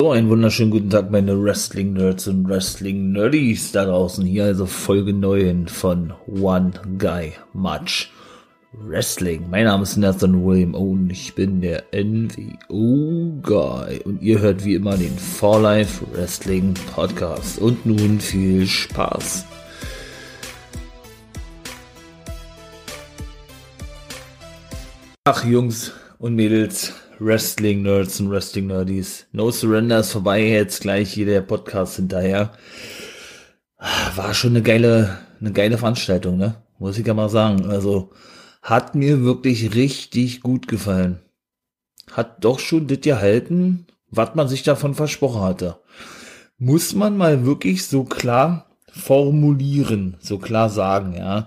So, einen wunderschönen guten Tag, meine Wrestling-Nerds und Wrestling-Nerdies da draußen. Hier also Folge 9 von One Guy Much Wrestling. Mein Name ist Nathan William und ich bin der NWO-Guy. Und ihr hört wie immer den For Life Wrestling Podcast. Und nun viel Spaß. Ach Jungs und Mädels, Wrestling-Nerds und Wrestling-Nerdies. No Surrender ist vorbei, jetzt gleich hier der Podcast hinterher. War schon eine geile Veranstaltung, ne? Muss ich ja mal sagen. Also, hat mir wirklich richtig gut gefallen. Hat doch schon das gehalten, was man sich davon versprochen hatte. Muss man mal wirklich so klar formulieren, so klar sagen, ja.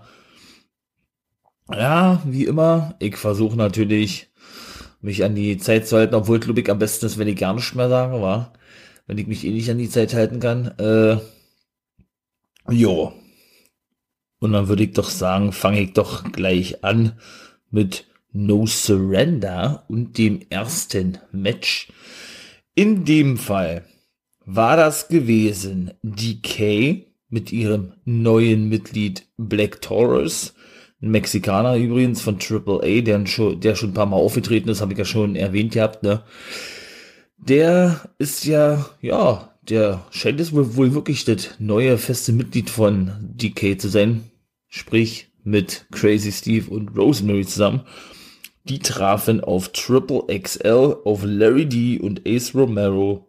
Ja, wie immer, ich versuche natürlich, mich an die Zeit zu halten, obwohl, glaube ich, am besten ist, wenn ich gar nichts mehr sage, war. Wenn ich mich eh nicht an die Zeit halten kann. Jo. Und dann würde ich doch sagen, fange ich doch gleich an mit No Surrender und dem ersten Match. In dem Fall war das gewesen DK mit ihrem neuen Mitglied Black Taurus. Ein Mexikaner übrigens von Triple A, der schon ein paar Mal aufgetreten ist, habe ich ja schon erwähnt gehabt, ne? Der ist ja, der scheint es wohl wirklich das neue feste Mitglied von DK zu sein. Sprich, mit Crazy Steve und Rosemary zusammen. Die trafen auf Triple XL, auf Larry D und Ace Romero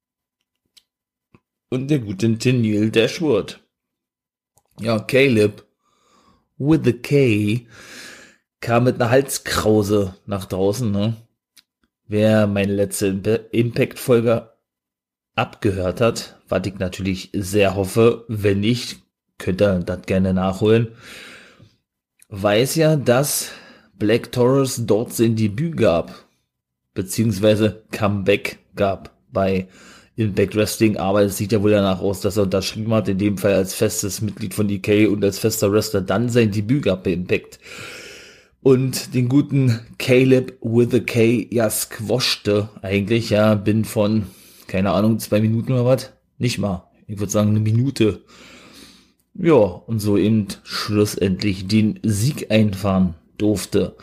und der guten Tennille Dashwood. Ja, Caleb with the K kam mit einer Halskrause nach draußen, ne? Wer meine letzte Impact-Folge abgehört hat, was ich natürlich sehr hoffe, wenn nicht, könnt ihr das gerne nachholen, weiß ja, dass Black Taurus dort sein Debüt gab, beziehungsweise Comeback gab bei Impact Wrestling, aber es sieht ja wohl danach aus, dass er unterschrieben hat, in dem Fall als festes Mitglied von DK und als fester Wrestler dann sein Debüt gab bei Impact. Und den guten Caleb with a K, ja, squashte eigentlich, ja, bin von, keine Ahnung, 2 Minuten oder was? Nicht mal. Ich würde sagen, 1 Minute. Ja, und so eben schlussendlich den Sieg einfahren durfte.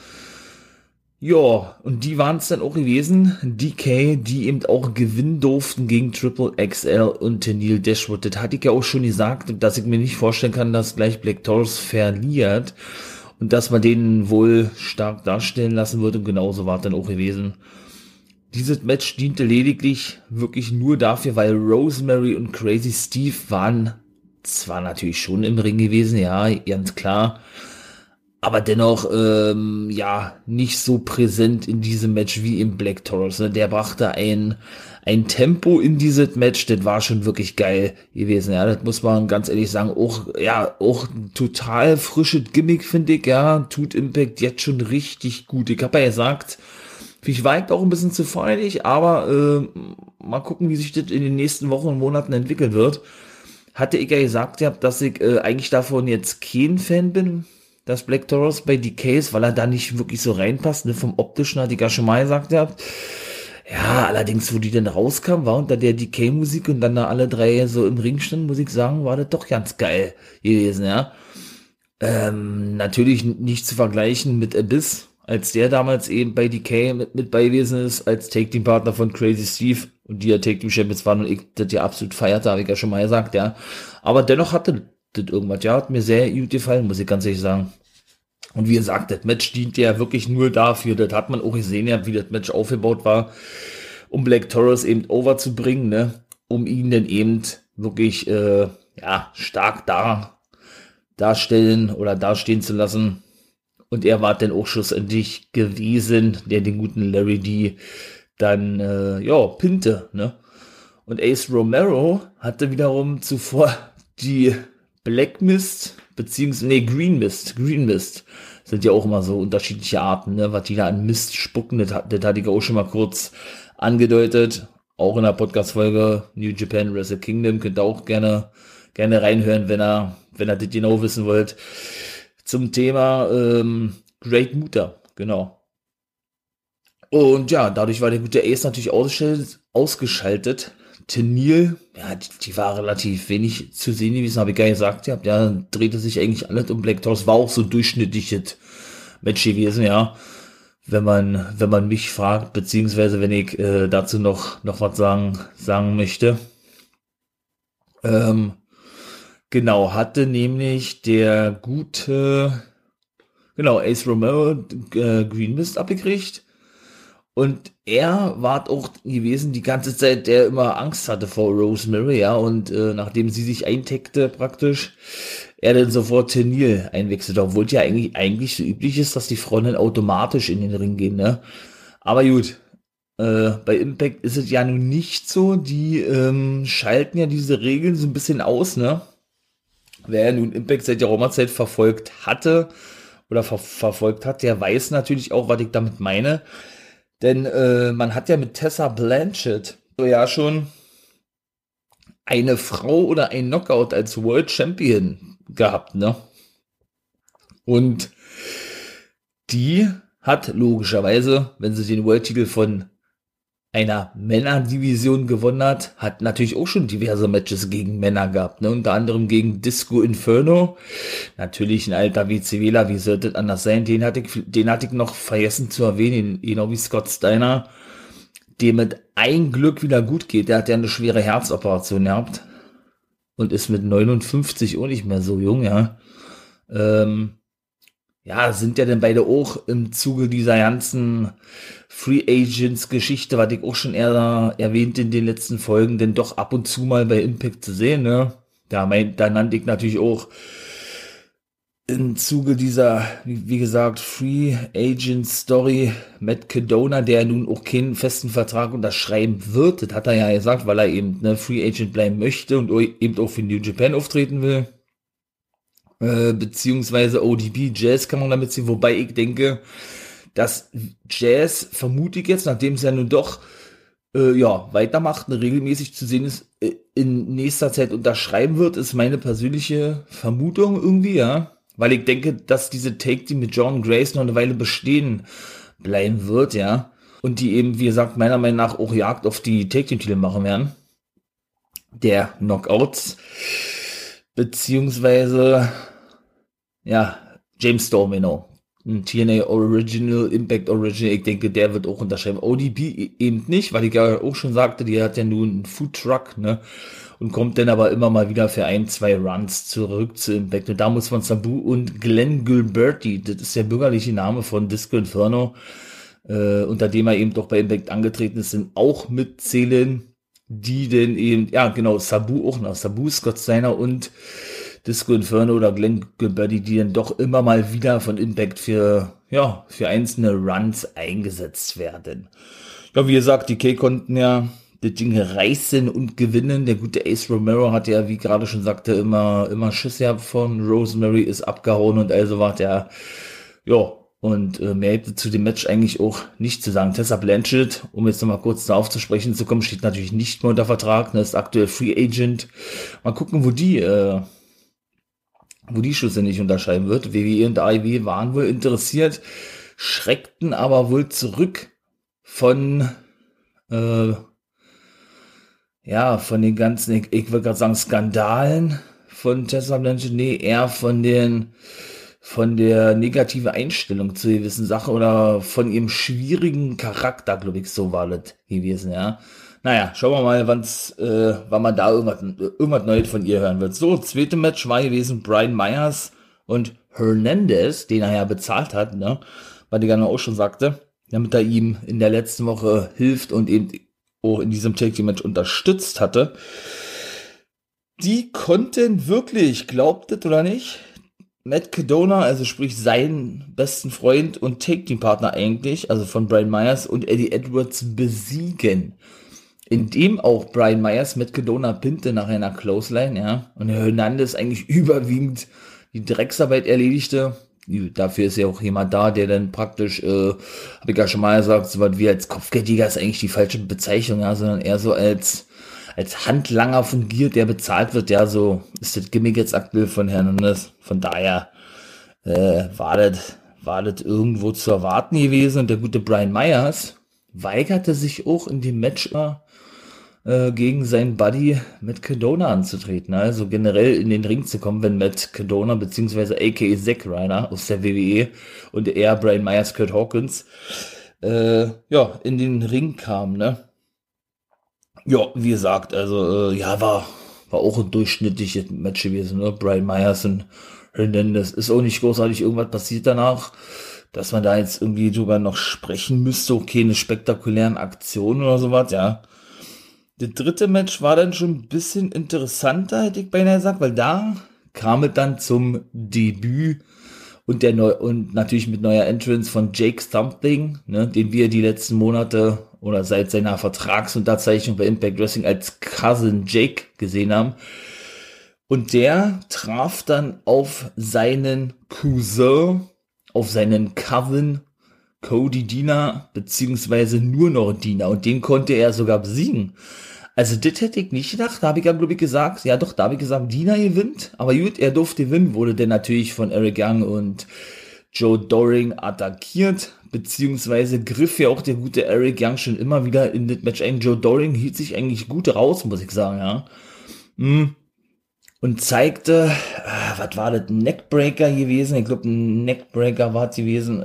Ja, und die waren es dann auch gewesen, DK, die eben auch gewinnen durften gegen Triple XL und Tennille Dashwood. Das hatte ich ja auch schon gesagt, dass ich mir nicht vorstellen kann, dass gleich Black Taurus verliert und dass man den wohl stark darstellen lassen wird, und genauso war es dann auch gewesen. Dieses Match diente lediglich wirklich nur dafür, weil Rosemary und Crazy Steve waren zwar natürlich schon im Ring gewesen, ja, ganz klar, aber dennoch, nicht so präsent in diesem Match wie im Black Taurus. Ne? Der brachte ein Tempo in dieses Match, das war schon wirklich geil gewesen. Ja, das muss man ganz ehrlich sagen. Auch ein total frisches Gimmick, finde ich. Ja, tut Impact jetzt schon richtig gut. Ich habe ja gesagt, ich war auch ein bisschen zu feierlich, aber mal gucken, wie sich das in den nächsten Wochen und Monaten entwickeln wird. Hatte ich ja gesagt, dass ich eigentlich davon jetzt kein Fan bin, dass Black Taurus bei DK ist, weil er da nicht wirklich so reinpasst, ne? Vom Optischen hatte ich ja schon mal gesagt, ja, allerdings, wo die denn rauskam, war unter der DK-Musik und dann da alle drei so im Ring standen, muss ich sagen, war das doch ganz geil gewesen, ja. Natürlich nicht zu vergleichen mit Abyss, als der damals eben bei DK mit bei gewesen ist, als Take-Team-Partner von Crazy Steve und die ja Take-Team-Champions waren und ich das ja absolut feierte, habe ich ja schon mal gesagt, ja. Aber dennoch hatte das irgendwas, ja, hat mir sehr gut gefallen, muss ich ganz ehrlich sagen. Und wie gesagt, das Match dient ja wirklich nur dafür, das hat man auch gesehen, ja, wie das Match aufgebaut war, um Black Taurus eben over zu bringen, ne, um ihn dann eben wirklich, stark darstellen oder dastehen zu lassen. Und er war dann auch schlussendlich gewesen, der den guten Larry D dann, pinte, ne. Und Ace Romero hatte wiederum zuvor die Black Mist, Green Mist. Sind ja auch immer so unterschiedliche Arten, ne, was die da an Mist spucken, das hatte ich auch schon mal kurz angedeutet. Auch in der Podcast-Folge New Japan Wrestle Kingdom, könnt ihr auch gerne reinhören, wenn ihr das genau wissen wollt. Zum Thema Great Muta, genau. Und ja, dadurch war der gute Ace natürlich ausgeschaltet. Tenniel, ja, die war relativ wenig zu sehen gewesen, habe ich gar nicht gesagt, ja, drehte sich eigentlich alles um Black Taurus, war auch so ein durchschnittliches Match gewesen, ja, wenn man mich fragt, beziehungsweise wenn ich dazu noch was sagen möchte. Genau, hatte nämlich der gute, genau, Ace Romero Green Mist abgekriegt. Und er war auch gewesen die ganze Zeit, der immer Angst hatte vor Rosemary, ja, und nachdem sie sich einteckte praktisch, er dann sofort Tenniel einwechselt, obwohl es ja eigentlich so üblich ist, dass die Frauen dann automatisch in den Ring gehen, ne? Aber gut, bei Impact ist es ja nun nicht so, die schalten ja diese Regeln so ein bisschen aus, ne? Wer ja nun Impact seit der Roma-Zeit verfolgt hatte oder verfolgt hat, der weiß natürlich auch, was ich damit meine. Denn man hat ja mit Tessa Blanchett so ja schon eine Frau oder ein Knockout als World Champion gehabt, ne? Und die hat logischerweise, wenn sie den World-Titel von einer Männerdivision gewonnen hat natürlich auch schon diverse Matches gegen Männer gehabt, ne? Unter anderem gegen Disco Inferno. Natürlich ein alter WCWler, wie sollte es anders sein? Den hatte ich noch vergessen zu erwähnen, genau wie Scott Steiner, dem mit ein Glück wieder gut geht. Der hat ja eine schwere Herzoperation gehabt und ist mit 59 auch nicht mehr so jung, ja. Ja, sind ja dann beide auch im Zuge dieser ganzen Free Agents Geschichte, was ich auch schon eher erwähnt in den letzten Folgen, denn doch ab und zu mal bei Impact zu sehen, ne? Da nannte ich natürlich auch im Zuge dieser, wie gesagt, Free Agent Story Matt Cadona, der nun auch keinen festen Vertrag unterschreiben wird. Das hat er ja gesagt, weil er eben Free Agent bleiben möchte und eben auch für New Japan auftreten will. Beziehungsweise ODB, Jazz kann man damit sehen, wobei ich denke, dass Jazz, vermute ich jetzt, nachdem es ja nun doch weitermacht, regelmäßig zu sehen ist, in nächster Zeit unterschreiben wird, ist meine persönliche Vermutung irgendwie, ja. Weil ich denke, dass diese Take-Team mit John Grace noch eine Weile bestehen bleiben wird, ja. Und die eben, wie gesagt, meiner Meinung nach auch Jagd auf die Take-Team-Titel machen werden. Der Knockouts. Beziehungsweise, ja, James Storm, genau. Ein TNA Original, Impact Original, ich denke, der wird auch unterschreiben. ODB eben nicht, weil ich ja auch schon sagte, die hat ja nun einen Food Truck, ne? Und kommt dann aber immer mal wieder für 1-2 Runs zurück zu Impact. Und da muss man Sabu und Glenn Gilberti, das ist der bürgerliche Name von Disco Inferno, unter dem er eben doch bei Impact angetreten ist, sind auch mitzählen, die denn eben, ja genau, Sabu auch noch, Sabu, Scott Steiner und Disco Inferno oder Glenn Gilberti, die dann doch immer mal wieder von Impact für einzelne Runs eingesetzt werden. Ja, wie gesagt, die K konnten ja das Ding reißen und gewinnen. Der gute Ace Romero hat ja, wie gerade schon sagte, immer Schiss gehabt von Rosemary, ist abgehauen und also war der, und mehr hätte zu dem Match eigentlich auch nicht zu sagen. Tessa Blanchett, um jetzt nochmal kurz darauf zu sprechen zu kommen, steht natürlich nicht mehr unter Vertrag, ist aktuell Free Agent. Mal gucken, wo die schlussendlich unterschreiben wird. WWE und AEW waren wohl interessiert, schreckten aber wohl zurück von von den ganzen, ich würde gerade sagen, Skandalen von Tessa Blanchett, eher von der negativen Einstellung zu gewissen Sachen oder von ihrem schwierigen Charakter, glaube ich, so war das gewesen, ja. Naja, schauen wir mal, wann man da irgendwas Neues von ihr hören wird. So, zweite Match war gewesen Brian Myers und Hernandez, den er ja bezahlt hat, ne, was ich gerne auch schon sagte, damit er ihm in der letzten Woche hilft und eben auch in diesem Take-Team-Match unterstützt hatte. Die konnten wirklich, glaubt es oder nicht, Matt Cadona, also sprich seinen besten Freund und Take-Team-Partner eigentlich, also von Brian Myers und Eddie Edwards besiegen. Indem auch Brian Myers Matt Cadona pinte nach einer Clothesline, ja, und Hernandez eigentlich überwiegend die Drecksarbeit erledigte. Dafür ist ja auch jemand da, der dann praktisch, habe ich ja schon mal gesagt, so was wie als Kopfgeldjäger ist eigentlich die falsche Bezeichnung, ja, sondern eher so als Handlanger fungiert, der bezahlt wird, ja, so ist das Gimmick jetzt aktuell von Hernandez. Von daher war das irgendwo zu erwarten gewesen und der gute Brian Myers weigerte sich auch in dem Match gegen seinen Buddy Matt Cardona anzutreten. Also generell in den Ring zu kommen, wenn Matt Cardona beziehungsweise a.k.a. Zack Ryder aus der WWE und er, Brian Myers, Kurt Hawkins, in den Ring kam, ne? Ja, wie gesagt, also war auch ein durchschnittliches Match gewesen, ne? Brian Myers und Hernandez. Ist auch nicht großartig irgendwas passiert danach, dass man da jetzt irgendwie drüber noch sprechen müsste. Okay, eine spektakulären Aktion oder sowas, ja. Das dritte Match war dann schon ein bisschen interessanter, hätte ich beinahe gesagt, weil da kam es dann zum Debüt und natürlich mit neuer Entrance von Jake Something, ne, den wir die letzten Monate oder seit seiner Vertragsunterzeichnung bei Impact Wrestling als Cousin Jake gesehen haben. Und der traf dann auf seinen Cousin, auf seinen Cousin Cody Deaner, beziehungsweise nur noch Deaner. Und den konnte er sogar besiegen. Also das hätte ich nicht gedacht. Da habe ich ja, glaube ich, gesagt, ja doch, da habe ich gesagt, Deaner gewinnt. Aber gut, er durfte gewinnen, wurde dann natürlich von Eric Young und Joe Doring attackiert. Beziehungsweise griff ja auch der gute Eric Young schon immer wieder in das Match ein. Joe Doring hielt sich eigentlich gut raus, muss ich sagen, ja. Und zeigte, was war das, ein Neckbreaker gewesen? Ich glaube, ein Neckbreaker war es gewesen,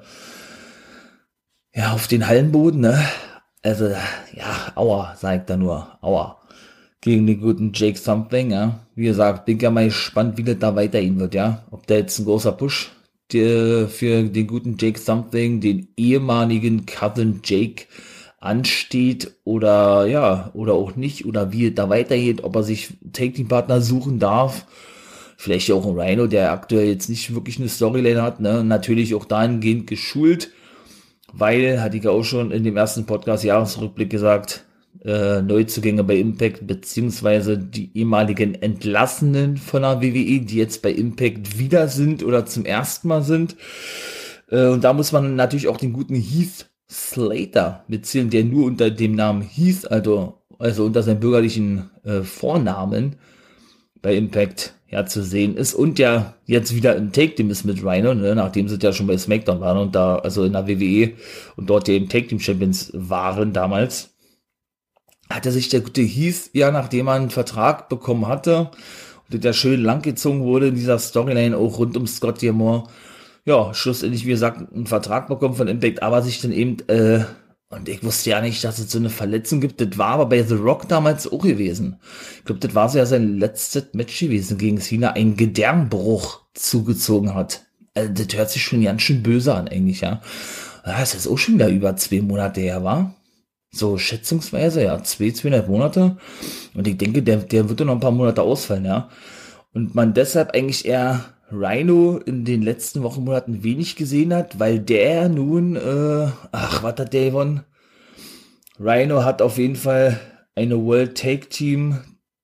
auf den Hallenboden, ne? Also, ja, aua, sagt er nur, aua. Gegen den guten Jake Something, ja. Wie gesagt, bin ja mal gespannt, wie das da weitergehen wird, ja. Ob da jetzt ein großer Push für den guten Jake Something, den ehemaligen Cousin Jake, ansteht oder auch nicht, oder wie es da weitergeht, ob er sich Take-Team-Partner suchen darf. Vielleicht auch ein Rhino, der aktuell jetzt nicht wirklich eine Storyline hat, ne? Natürlich auch dahingehend geschult, weil, hatte ich ja auch schon in dem ersten Podcast Jahresrückblick gesagt, Neuzugänge bei Impact, beziehungsweise die ehemaligen Entlassenen von der WWE, die jetzt bei Impact wieder sind oder zum ersten Mal sind. Und da muss man natürlich auch den guten Heath Slater mitzählen, der nur unter dem Namen Heath, also unter seinem bürgerlichen Vornamen bei Impact zu sehen ist und ja jetzt wieder im Take-Team ist mit Rhino, ne, nachdem sie ja schon bei SmackDown waren und da, also in der WWE und dort ja eben Take-Team-Champions waren damals, hatte sich der gute Heath, ja, nachdem er einen Vertrag bekommen hatte und der schön langgezogen wurde in dieser Storyline auch rund um Scott D'Amore, ja, schlussendlich, wie gesagt, einen Vertrag bekommen von Impact, aber sich dann eben, und ich wusste ja nicht, dass es so eine Verletzung gibt. Das war aber bei The Rock damals auch gewesen. Ich glaube, das war so ja sein letztes Match gewesen gegen Cena, ein Gedärmbruch zugezogen hat. Also das hört sich schon ganz schön böse an eigentlich, ja. Das ist auch schon wieder über 2 Monate her, war. So schätzungsweise, ja, 2,5 Monate. Und ich denke, der wird noch ein paar Monate ausfallen, ja. Und man deshalb eigentlich eher Rhino in den letzten Wochen, Monaten wenig gesehen hat, weil der nun, was hat der gewonnen? Rhino hat auf jeden Fall eine World Tag Team,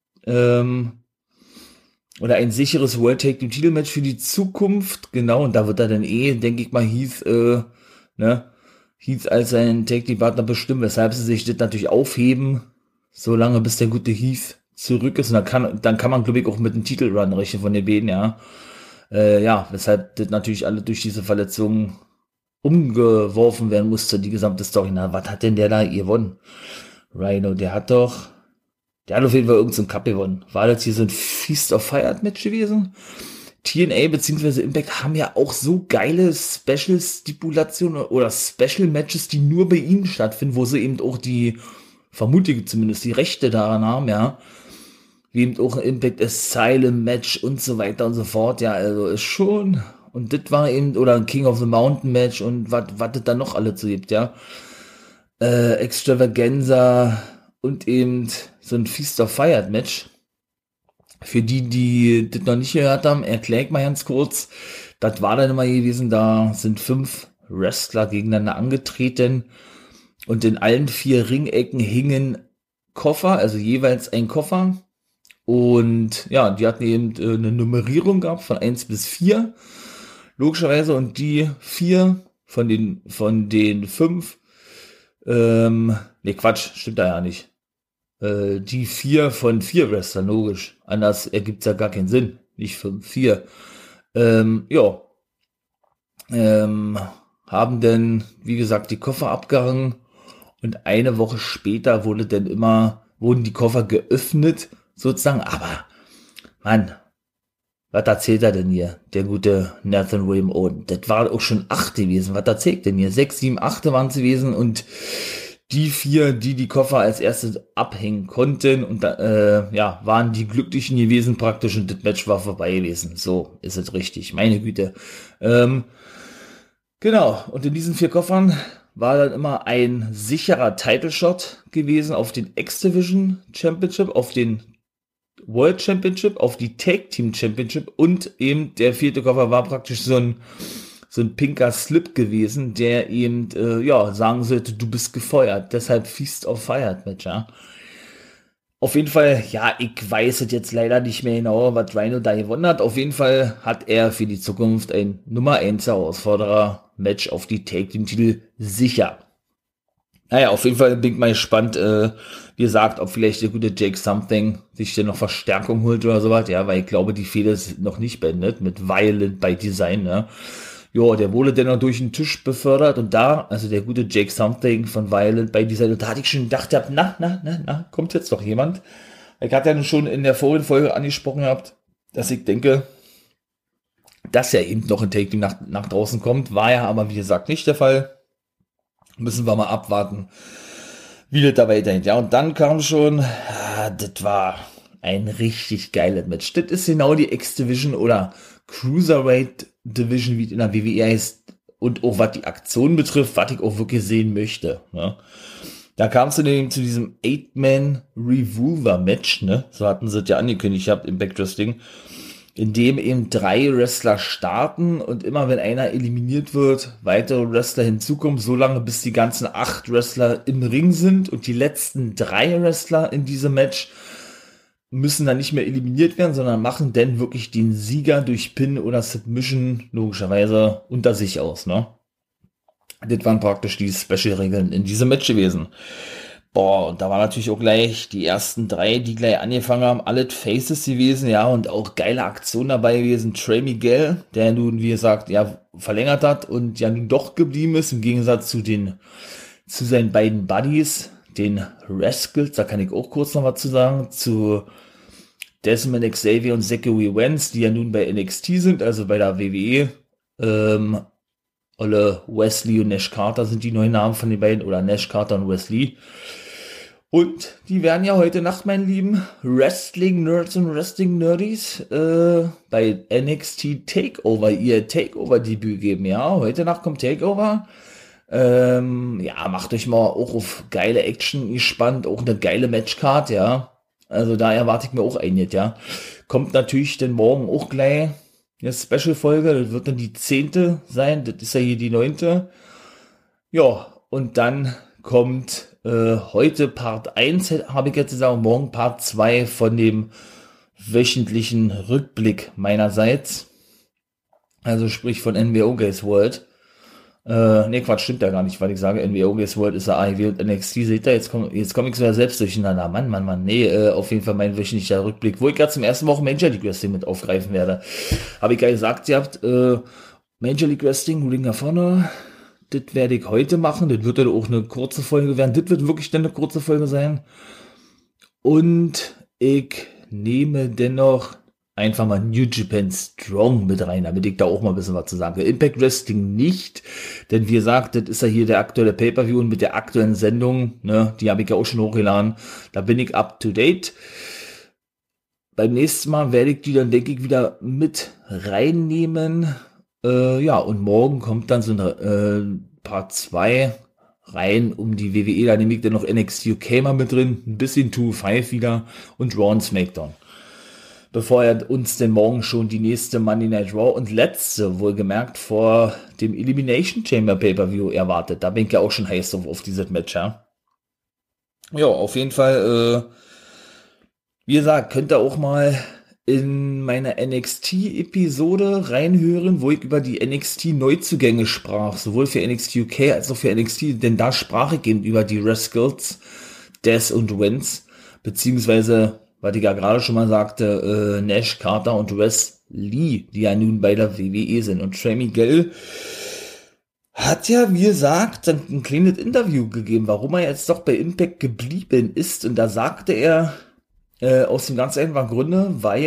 oder ein sicheres World Tag Team Titelmatch für die Zukunft, genau, und da wird er dann denke ich mal, Heath als sein Tag Team Partner bestimmen, weshalb sie sich das natürlich aufheben, solange bis der gute Heath zurück ist, und dann kann man, glaube ich, auch mit dem Titelrun rechnen von den beiden, ja. Weshalb das natürlich alle durch diese Verletzungen umgeworfen werden musste, die gesamte Story. Na, was hat denn der da gewonnen? Rhino, der hat auf jeden Fall irgendeinen Cup gewonnen. War das hier so ein Feast of Fire Match gewesen? TNA bzw. Impact haben ja auch so geile Special-Stipulationen oder Special-Matches, die nur bei ihnen stattfinden, wo sie eben auch vermute ich zumindest, die Rechte daran haben, ja. Wie eben auch ein Impact Asylum Match und so weiter und so fort, ja, also ist schon, und das war eben, oder ein King of the Mountain Match und was das da noch alle zu gibt, ja. Extravaganza und eben so ein Feast of Fire Match. Für die das noch nicht gehört haben, erkläre ich mal ganz kurz. Das war dann immer gewesen, da sind 5 Wrestler gegeneinander angetreten und in allen 4 Ringecken hingen Koffer, also jeweils ein Koffer. Und ja, die hatten eben eine Nummerierung gehabt von 1 bis 4, logischerweise, und die 4 von den 5, Quatsch, stimmt da ja nicht. Die 4 von 4 Wrestlern, logisch. Anders ergibt es ja gar keinen Sinn. Nicht 5, 4. Haben dann, wie gesagt, die Koffer abgehangen, und eine Woche später wurde wurden die Koffer geöffnet, sozusagen, aber, Mann, was erzählt er denn hier, der gute Nathan William Oden? Das war auch schon 8 gewesen, was erzählt denn hier? 6, 7, 8 waren es gewesen und die 4, die Koffer als erstes abhängen konnten und waren die Glücklichen gewesen praktisch und das Match war vorbei gewesen. So ist es richtig, meine Güte. Genau, und in diesen 4 Koffern war dann immer ein sicherer Title Shot gewesen auf den X-Division Championship, auf den World Championship, auf die Tag Team Championship und eben der 4. Koffer war praktisch so ein pinker Slip gewesen, der eben, sagen sollte, du bist gefeuert, deshalb Feast of Fired Match, ja. Auf jeden Fall, ja, ich weiß es jetzt leider nicht mehr genau, was Rhino da gewonnen hat. Auf jeden Fall hat er für die Zukunft ein Nummer 1 Herausforderer Match auf die Tag Team Titel sicher. Naja, auf jeden Fall bin ich mal gespannt, wie gesagt, ob vielleicht der gute Jake Something sich denn noch Verstärkung holt oder sowas, ja, weil ich glaube, die Fehde ist noch nicht beendet mit Violent by Design, ne. Ja, der wurde dann noch durch den Tisch befördert und da, also der gute Jake Something von Violent by Design, und da hatte ich schon gedacht, na, kommt jetzt doch jemand. Ich hatte ja schon in der vorigen Folge angesprochen gehabt, dass ich denke, dass er eben noch ein Take-Team nach draußen kommt, war ja aber wie gesagt nicht der Fall. Müssen wir mal abwarten, wie das da weitergeht. Ja, und dann kam schon, das war ein richtig geiles Match. Das ist genau die X-Division oder Cruiserweight Division, wie es in der WWE heißt. Und auch was die Aktion betrifft, was ich auch wirklich sehen möchte. Ne? Da kam es zu diesem 8-Man Revolver Match, ne? So hatten sie es ja angekündigt gehabt im Backwrestling, in dem eben 3 Wrestler starten und immer wenn einer eliminiert wird, weitere Wrestler hinzukommen, so lange bis die ganzen 8 Wrestler im Ring sind und die letzten 3 Wrestler in diesem Match müssen dann nicht mehr eliminiert werden, sondern machen dann wirklich den Sieger durch Pin oder Submission logischerweise unter sich aus, ne? Das waren praktisch die Special-Regeln in diesem Match gewesen. Boah, und da war natürlich auch gleich die ersten 3, die gleich angefangen haben, alle Faces gewesen, ja, und auch geile Aktionen dabei gewesen. Trey Miguel, der nun, wie gesagt, ja, verlängert hat und ja nun doch geblieben ist, im Gegensatz zu seinen beiden Buddies, den Rascals, da kann ich auch kurz noch was zu sagen, zu Desmond Xavier und Zachary Wentz, die ja nun bei NXT sind, also bei der WWE, Olle Wesley und Nash Carter sind die neuen Namen von den beiden, oder Nash Carter und Wesley. Und die werden ja heute Nacht, mein Lieben, Wrestling-Nerds und Wrestling-Nerdies bei NXT Takeover ihr Takeover-Debüt geben. Ja, heute Nacht kommt Takeover. Ja, macht euch mal auch auf geile Action gespannt, auch eine geile Matchcard, ja. Also da erwarte ich mir auch einiges, ja. Kommt natürlich denn morgen auch gleich eine Special-Folge, das wird dann die 10. sein, das ist ja hier die 9. Ja, und dann kommt heute Part 1, habe ich jetzt gesagt, morgen Part 2 von dem wöchentlichen Rückblick meinerseits. Also sprich von NWO Guys World. Quatsch, stimmt ja gar nicht, weil ich sage, NWO Guys World ist ja AEW und NXT, seht ihr, jetzt komm ich sogar selbst durcheinander. Mann, nee, auf jeden Fall mein wöchentlicher Rückblick, wo ich gerade zum ersten Mal auch Major League Wrestling mit aufgreifen werde. Habe ich ja gesagt, ihr habt Major League Wrestling, Ring of Honor, das werde ich heute machen, das wird dann auch eine kurze Folge werden, das wird wirklich dann eine kurze Folge sein. Und ich nehme dennoch einfach mal New Japan Strong mit rein, damit ich da auch mal ein bisschen was zu sagen will. Impact Wrestling nicht, denn wie gesagt, das ist ja hier der aktuelle Pay-Per-View und mit der aktuellen Sendung, ne, die habe ich ja auch schon hochgeladen, da bin ich up to date. Beim nächsten Mal werde ich die dann, denke ich, wieder mit reinnehmen. Und morgen kommt dann so eine Part 2 rein um die WWE, da nehme ich dann noch NXT UK mal mit drin, ein bisschen 2-5 wieder und Raw und SmackDown. Bevor er uns denn morgen schon die nächste Monday Night Raw und letzte, wohlgemerkt, vor dem Elimination Chamber Pay-Per-View erwartet. Da bin ich ja auch schon heiß auf dieses Match, ja. Ja, auf jeden Fall, wie gesagt, könnt ihr auch mal in meiner NXT-Episode reinhören, wo ich über die NXT-Neuzugänge sprach, sowohl für NXT UK als auch für NXT, denn da sprach ich eben über die Rascals, Death und Wentz, beziehungsweise, was ich ja gerade schon mal sagte, Nash, Carter und Wes Lee, die ja nun bei der WWE sind. Und Trey Miguel hat ja, wie gesagt, ein kleines Interview gegeben, warum er jetzt doch bei Impact geblieben ist. Und da sagte er, aus dem ganz einfachen Grunde,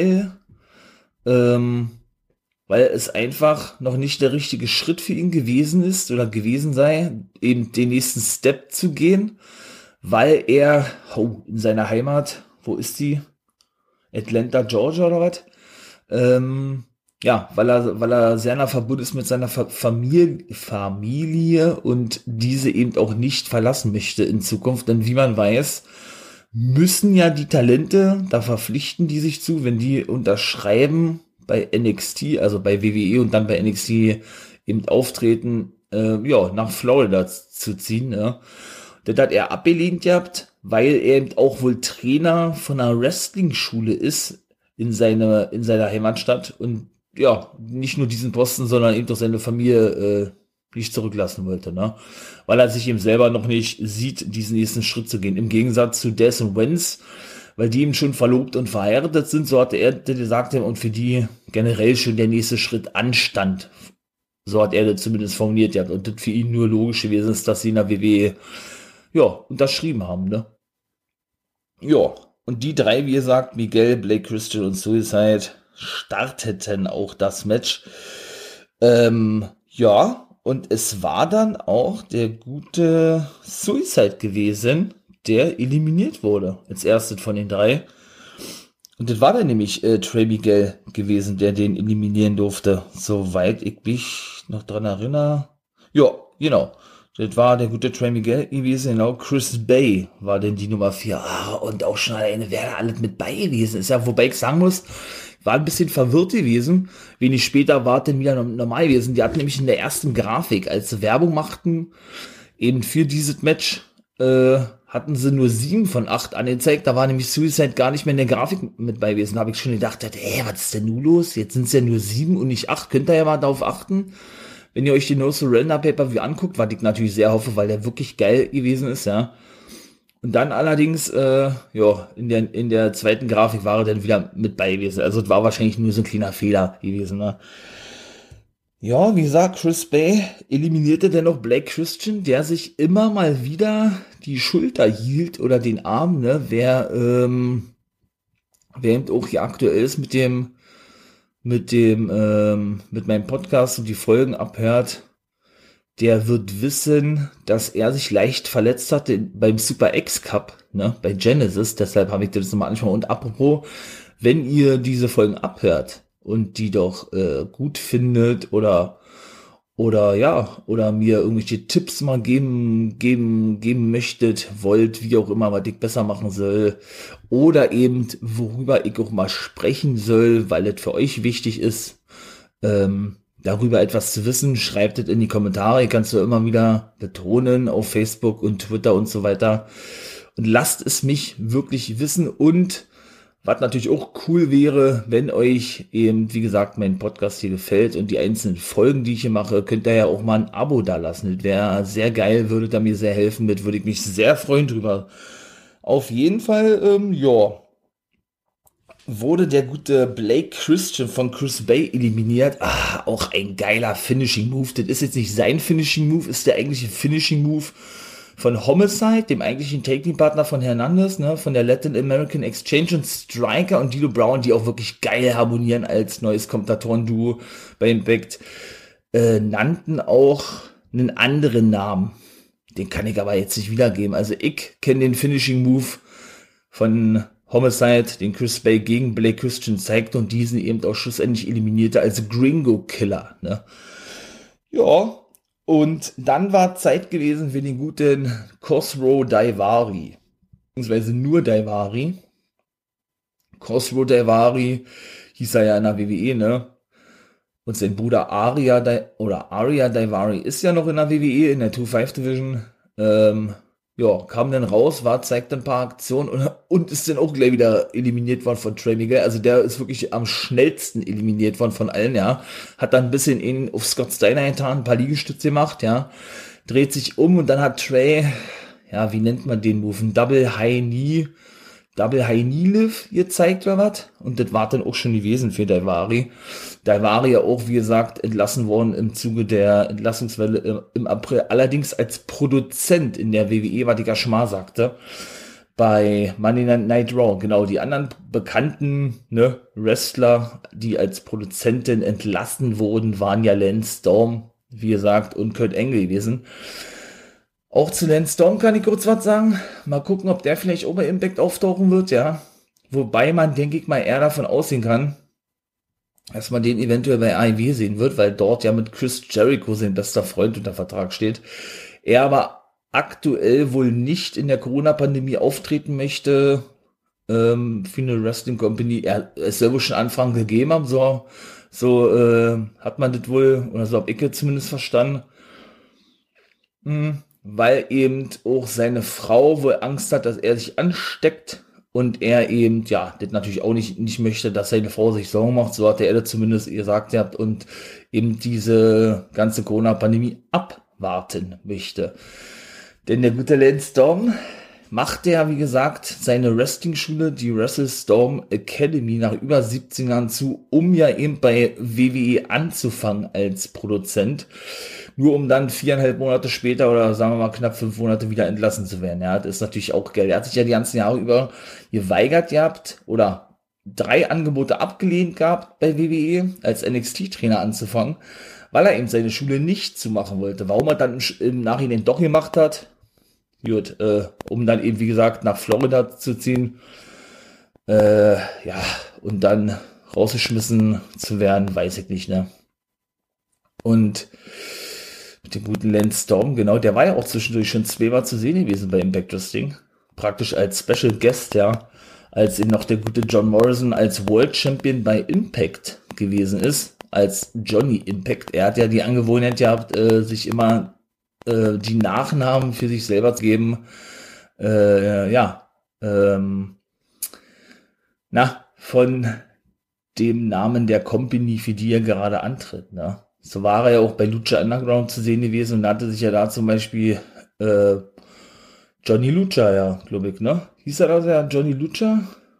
ähm, weil es einfach noch nicht der richtige Schritt für ihn gewesen ist oder gewesen sei, eben den nächsten Step zu gehen, weil er in seiner Heimat, wo ist die? Atlanta, Georgia oder was? Ja, weil er sehr nah verbunden ist mit seiner Familie und diese eben auch nicht verlassen möchte in Zukunft. Denn wie man weiß, müssen ja die Talente, da verpflichten die sich zu, wenn die unterschreiben bei NXT, also bei WWE und dann bei NXT eben auftreten, ja, nach Florida zu ziehen. Ja. Das hat er abgelehnt gehabt, weil er eben auch wohl Trainer von einer Wrestling-Schule ist in seiner Heimatstadt und ja, nicht nur diesen Posten, sondern eben auch seine Familie nicht zurücklassen wollte, ne? Weil er sich eben selber noch nicht sieht, diesen nächsten Schritt zu gehen. Im Gegensatz zu Death und Wentz, weil die eben schon verlobt und verheiratet sind, so hatte er gesagt, und für die generell schon der nächste Schritt anstand. So hat er das zumindest formuliert, ja. Und das für ihn nur logisch gewesen ist, dass sie in der WWE, ja, unterschrieben haben, ne? Ja, und die drei, wie gesagt, Miguel, Blake Christian und Suicide, starteten auch das Match. Ja, und es war dann auch der gute Suicide gewesen, der eliminiert wurde, als erstes von den drei. Und das war dann nämlich Trey Miguel gewesen, der den eliminieren durfte, soweit ich mich noch dran erinnere. Ja, genau. Das war der gute Trey Miguel gewesen, genau. Chris Bay war denn die Nummer 4. Und auch schon alleine, wer da alles mit bei gewesen ist. Ja, wobei ich sagen muss, war ein bisschen verwirrt gewesen. Wenig später war es dann wieder normal gewesen. Die hatten nämlich in der ersten Grafik, als sie Werbung machten, eben für dieses Match, hatten sie nur 7 von 8 angezeigt. Da war nämlich Suicide gar nicht mehr in der Grafik mit bei gewesen. Da habe ich schon gedacht, was ist denn nun los? Jetzt sind es ja nur 7 und nicht 8. Könnt ihr ja mal darauf achten, wenn ihr euch den No Surrender Pay-Per-View anguckt, was ich natürlich sehr hoffe, weil der wirklich geil gewesen ist, ja. Und dann allerdings, ja, in der zweiten Grafik war er dann wieder mit bei gewesen. Also es war wahrscheinlich nur so ein kleiner Fehler gewesen, ne? Ja, wie gesagt, Chris Bay eliminierte dennoch Blake Christian, der sich immer mal wieder die Schulter hielt oder den Arm, ne? Wer eben auch hier aktuell ist mit meinem Podcast und die Folgen abhört, der wird wissen, dass er sich leicht verletzt hatte beim Super X Cup, ne, bei Genesis. Deshalb habe ich das nochmal angeschaut. Und apropos, wenn ihr diese Folgen abhört und die doch gut findet oder mir irgendwelche Tipps mal geben möchtet, wollt, wie auch immer, was ich besser machen soll, oder eben, worüber ich auch mal sprechen soll, weil es für euch wichtig ist, darüber etwas zu wissen, schreibt es in die Kommentare. Ihr kannst du immer wieder betonen auf Facebook und Twitter und so weiter. Und lasst es mich wirklich wissen. Und was natürlich auch cool wäre, wenn euch eben, wie gesagt, mein Podcast hier gefällt und die einzelnen Folgen, die ich hier mache, könnt ihr ja auch mal ein Abo dalassen. Das wäre sehr geil, würde da mir sehr helfen. Mit würde ich mich sehr freuen drüber. Auf jeden Fall, ja, wurde der gute Blake Christian von Chris Bay eliminiert. Auch ein geiler Finishing Move. Das ist jetzt nicht sein Finishing Move, ist der eigentliche Finishing Move von Homicide, dem eigentlichen Taking-Partner von Hernandez, ne, von der Latin American Exchange, und Striker und D'Lo Brown, die auch wirklich geil harmonieren als neues Kommentatoren-Duo bei Impact, nannten auch einen anderen Namen. Den kann ich aber jetzt nicht wiedergeben. Also ich kenne den Finishing Move von Homicide, den Chris Bay gegen Blake Christian zeigte und diesen eben auch schlussendlich eliminierte als Gringo Killer, ne? Ja, und dann war Zeit gewesen für den guten Khosrow Daivari, beziehungsweise nur Daivari. Khosrow Daivari hieß er ja in der WWE, ne? Und sein Bruder Arya Daivari ist ja noch in der WWE, in der 2-5 Division. Ja, kam dann raus, zeigte ein paar Aktionen und ist dann auch gleich wieder eliminiert worden von Trey Miguel. Also der ist wirklich am schnellsten eliminiert worden von allen, ja. Hat dann ein bisschen ihn auf Scott Steiner getan, ein paar Liegestütze gemacht, ja. Dreht sich um und dann hat Trey, ja, wie nennt man den Move? Ein Double High Knee Double High Knee Lift gezeigt oder was. Und das war dann auch schon gewesen für Daivari. Daivari ja auch, wie gesagt, entlassen worden im Zuge der Entlassungswelle im April. Allerdings als Produzent in der WWE, was ich ja schon mal sagte. Bei Monday Night Raw, genau, die anderen bekannten Wrestler, die als Produzentin entlassen wurden, waren ja Lance Storm, wie gesagt, und Kurt Angle gewesen. Auch zu Lance Storm kann ich kurz was sagen. Mal gucken, ob der vielleicht auch bei Impact auftauchen wird, ja. Wobei man, denke ich mal, eher davon ausgehen kann, dass man den eventuell bei AEW sehen wird, weil dort ja mit Chris Jericho sein bester Freund unter Vertrag steht. Er aber aktuell wohl nicht in der Corona-Pandemie auftreten möchte für eine Wrestling Company. Es soll wohl schon Anfragen gegeben haben, so hat man das wohl, oder so habe ich es zumindest verstanden. Weil eben auch seine Frau wohl Angst hat, dass er sich ansteckt und er eben, ja, das natürlich auch nicht möchte, dass seine Frau sich Sorgen macht, so hat er das zumindest gesagt gehabt und eben diese ganze Corona-Pandemie abwarten möchte. Denn der gute Lance Storm macht ja, wie gesagt, seine Wrestling-Schule, die Wrestle Storm Academy, nach über 17 Jahren zu, um ja eben bei WWE anzufangen als Produzent. Nur um dann 4,5 Monate später oder sagen wir mal knapp 5 Monate wieder entlassen zu werden. Ja, das ist natürlich auch geil. Er hat sich ja die ganzen Jahre über geweigert gehabt oder 3 Angebote abgelehnt gehabt bei WWE als NXT-Trainer anzufangen, weil er eben seine Schule nicht zumachen wollte. Warum er dann im Nachhinein doch gemacht hat, gut, um dann eben, wie gesagt, nach Florida zu ziehen, ja, und dann rausgeschmissen zu werden, weiß ich nicht, ne? Und mit dem guten Lance Storm, genau, der war ja auch zwischendurch schon zweimal zu sehen gewesen bei Impact Wrestling. Praktisch als Special Guest, ja, als eben noch der gute John Morrison als World Champion bei Impact gewesen ist, als Johnny Impact. Er hat ja die Angewohnheit gehabt, sich immer die Nachnamen für sich selber zu geben, von dem Namen der Company, für die er gerade antritt, ne? So war er ja auch bei Lucha Underground zu sehen gewesen und nannte sich ja da zum Beispiel Johnny Lucha, ja, glaube ich, ne? Hieß er da ja Johnny Lucha?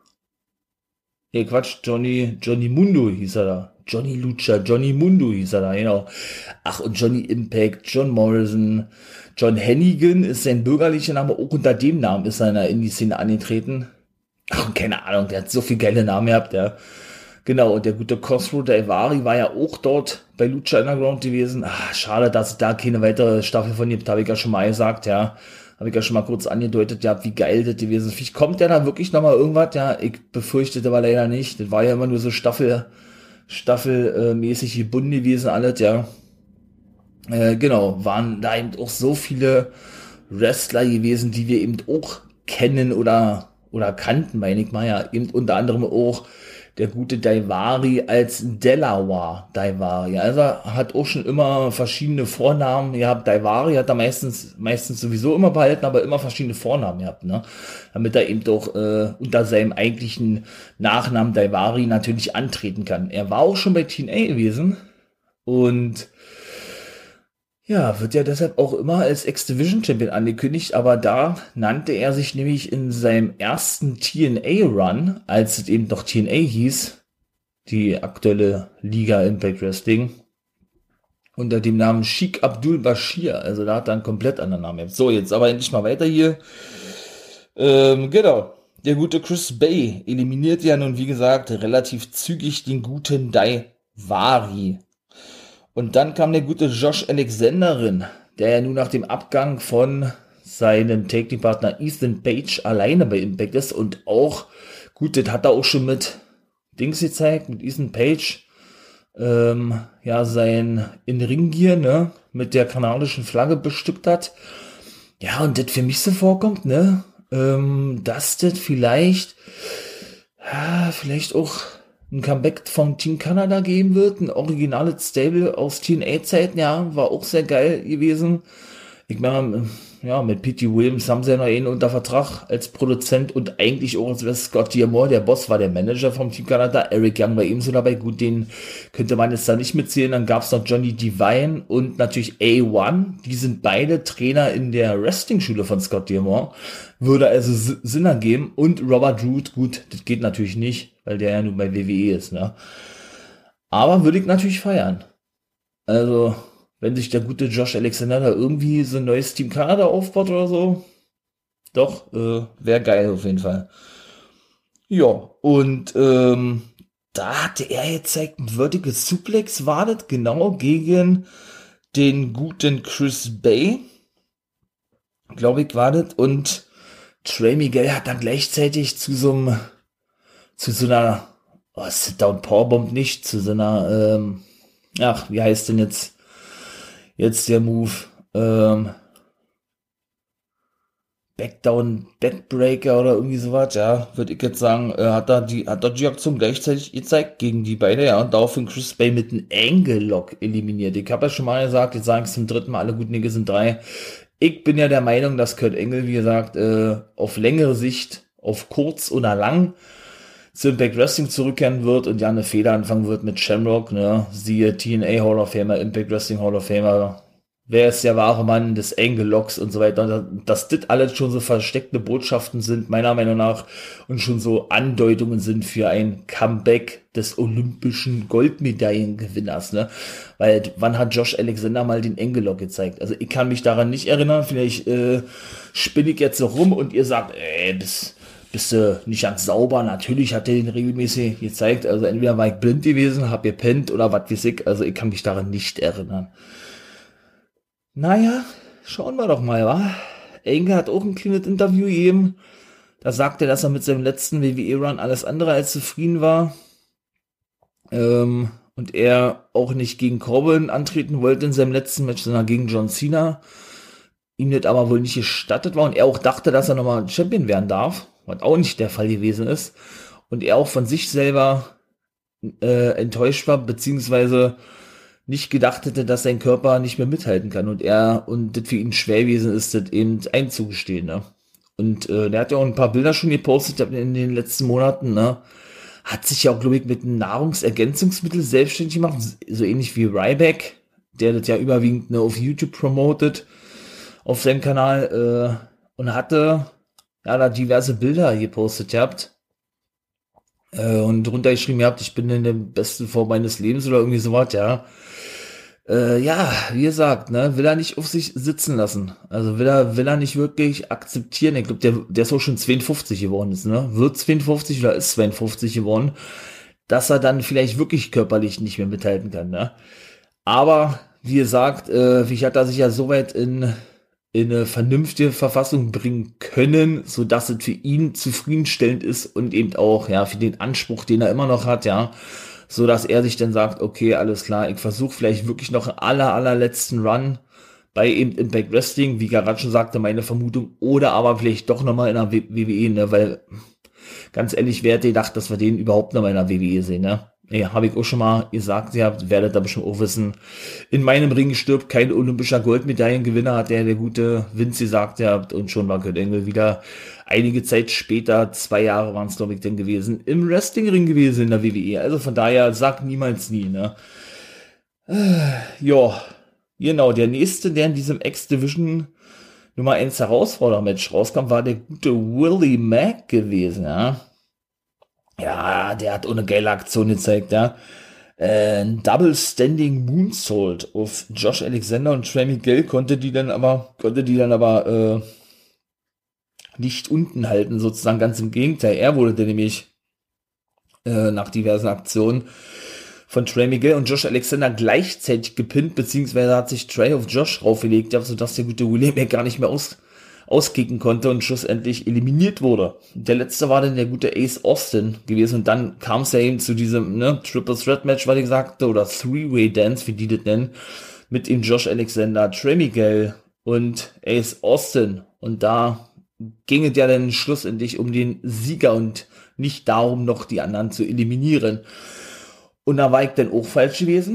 Nee, Quatsch, Johnny Mundo hieß er da. Johnny Lucha, Johnny Mundo hieß er da, genau. Ach, und Johnny Impact, John Morrison, John Hennigan ist sein bürgerlicher Name, auch unter dem Namen ist er in die Szene angetreten. Ach, keine Ahnung, der hat so viel geile Namen gehabt, ja. Genau, und der gute Crossroad Daivari war ja auch dort bei Lucha Underground gewesen. Ach, schade, dass es da keine weitere Staffel von gibt, habe ich ja schon mal gesagt, ja. Habe ich ja schon mal kurz angedeutet, ja, wie geil das gewesen ist. Vielleicht kommt ja da wirklich nochmal irgendwas, ja. Ich befürchtete aber leider nicht. Das war ja immer nur so staffelmäßig gebunden gewesen, alles, ja. Genau, waren da eben auch so viele Wrestler gewesen, die wir eben auch kennen oder kannten, meine ich mal, ja. Eben unter anderem auch der gute Daivari als Delaware Daivari. Also hat auch schon immer verschiedene Vornamen gehabt. Daivari hat er meistens sowieso immer behalten, aber immer verschiedene Vornamen gehabt, ne? Damit er eben doch unter seinem eigentlichen Nachnamen Daivari natürlich antreten kann. Er war auch schon bei TNA gewesen und ja, wird ja deshalb auch immer als X-Division-Champion angekündigt, aber da nannte er sich nämlich in seinem ersten TNA-Run, als es eben noch TNA hieß, die aktuelle Liga Impact Wrestling, unter dem Namen Sheikh Abdul Bashir. Also da hat er einen komplett anderen Namen gehabt. So, jetzt aber endlich mal weiter hier. Genau. Der gute Chris Bay eliminiert ja nun, wie gesagt, relativ zügig den guten Daivari. Und dann kam der gute Josh Alexanderin, der ja nun nach dem Abgang von seinem Tag-Team-Partner Ethan Page alleine bei Impact ist und auch, gut, das hat er auch schon mit Dings gezeigt, mit Ethan Page, sein In-Ring-Gear, ne, mit der kanadischen Flagge bestückt hat. Ja, und das für mich so vorkommt, ne, dass das vielleicht auch ein Comeback vom Team Canada geben wird, ein originales Stable aus TNA-Zeiten, ja, war auch sehr geil gewesen. Ich meine, ja, mit Pete Williams haben sie ja noch einen unter Vertrag als Produzent und eigentlich auch als Scott D'Amore, der Boss war der Manager vom Team Kanada, Eric Young war ebenso dabei, gut, den könnte man jetzt da nicht mitzählen, dann gab's noch Johnny Devine und natürlich A1, die sind beide Trainer in der Wrestling-Schule von Scott D'Amore, würde also Sinn ergeben und Robert Roode, gut, das geht natürlich nicht, weil der ja nur bei WWE ist, ne, aber würde ich natürlich feiern, also wenn sich der gute Josh Alexander da irgendwie so ein neues Team Kanada aufbaut oder so, doch, wäre geil auf jeden Fall. Ja, und da hatte er jetzt zeigt ein Vertical Suplex, war das genau gegen den guten Chris Bay, glaube ich, war das, und Trey Miguel hat dann gleichzeitig zu so einer, Sit-Down Powerbomb nicht, zu so einer, ach, wie heißt denn jetzt der Move, Backdown Backbreaker oder irgendwie sowas, ja, würde ich jetzt sagen, hat da die Aktion gleichzeitig gezeigt gegen die beide, ja, und daraufhin Chris Bay mit einem Angle Lock eliminiert. Ich habe ja schon mal gesagt, jetzt sagen es zum dritten Mal, alle guten Dinge sind drei. Ich bin ja der Meinung, dass Kurt Angle, wie gesagt, auf längere Sicht, auf kurz oder lang zu Impact Wrestling zurückkehren wird und ja eine Fehler anfangen wird mit Shamrock, ne, siehe TNA Hall of Famer, Impact Wrestling Hall of Famer, wer ist der wahre Mann des Angle Locks und so weiter, dass das alles schon so versteckte Botschaften sind, meiner Meinung nach, und schon so Andeutungen sind für ein Comeback des olympischen Goldmedaillengewinners, ne, weil wann hat Josh Alexander mal den Angle Lock gezeigt? Also ich kann mich daran nicht erinnern, vielleicht spinne ich jetzt so rum und ihr sagt, bist du nicht ganz sauber, natürlich hat er den regelmäßig gezeigt, also entweder war ich blind gewesen, hab gepennt oder was weiß ich, also ich kann mich daran nicht erinnern. Naja, schauen wir doch mal, wa? Angle hat auch ein kleines Interview gegeben. Da sagt er, dass er mit seinem letzten WWE-Run alles andere als zufrieden war. Und er auch nicht gegen Corbin antreten wollte in seinem letzten Match, sondern gegen John Cena. Ihm das aber wohl nicht gestattet war und er auch dachte, dass er nochmal Champion werden darf, was auch nicht der Fall gewesen ist. Und er auch von sich selber enttäuscht war, beziehungsweise nicht gedacht hätte, dass sein Körper nicht mehr mithalten kann und das für ihn schwer gewesen ist, das eben einzugestehen, ne? Und der hat ja auch ein paar Bilder schon gepostet in den letzten Monaten, ne? Hat sich ja auch, glaube ich, mit einem Nahrungsergänzungsmittel selbstständig gemacht, so ähnlich wie Ryback, der das ja überwiegend auf YouTube promotet, auf seinem Kanal, und hatte ja da diverse Bilder gepostet gehabt, und drunter geschrieben gehabt, ich bin in der besten Form meines Lebens oder irgendwie sowas, ja. Ja, wie gesagt, ne, will er nicht auf sich sitzen lassen. Also will er nicht wirklich akzeptieren. Ich glaube, der ist auch schon 52 geworden ist, ne? Wird 52 oder ist 52 geworden, dass er dann vielleicht wirklich körperlich nicht mehr mithalten kann, ne? Aber, wie gesagt, wie hat er sich ja soweit in eine vernünftige Verfassung bringen können, so dass es für ihn zufriedenstellend ist und eben auch, ja, für den Anspruch, den er immer noch hat, ja, so dass er sich dann sagt, okay, alles klar, ich versuche vielleicht wirklich noch einen allerletzten Run bei eben Impact Wrestling, wie Garage schon sagte, meine Vermutung, oder aber vielleicht doch nochmal in der WWE, ne, weil, ganz ehrlich, wer hätte gedacht, dass wir den überhaupt nochmal in der WWE sehen, ne? Ja, habe ich auch schon mal gesagt, ihr werdet da bestimmt auch wissen, in meinem Ring stirbt kein olympischer Goldmedaillengewinner, hat der gute Vince gesagt, ja, und schon war Kurt Angle wieder einige Zeit später, 2 Jahre waren es, glaube ich, denn gewesen, im Wrestlingring gewesen in der WWE, also von daher, sag niemals nie, ne? Ja, genau, der nächste, der in diesem X-Division Nummer 1 Herausforderer-Match rauskam, war der gute Willie Mack gewesen, ja. Ja, der hat ohne geile Aktion gezeigt, ja. Ein Double Standing Moonsault auf Josh Alexander und Trey Miguel konnte die dann aber nicht unten halten, sozusagen, ganz im Gegenteil. Er wurde dann nämlich nach diversen Aktionen von Trey Miguel und Josh Alexander gleichzeitig gepinnt, beziehungsweise hat sich Trey auf Josh raufgelegt, sodass der gute Willie Mack gar nicht mehr auskicken konnte und schlussendlich eliminiert wurde. Der letzte war dann der gute Ace Austin gewesen und dann kam es ja eben zu diesem Triple Threat Match, was ich sagte, oder Three-Way Dance, wie die das nennen, mit ihm Josh Alexander, Trey Miguel und Ace Austin, und da ging es ja dann schlussendlich um den Sieger und nicht darum, noch die anderen zu eliminieren. Und da war ich dann auch falsch gewesen,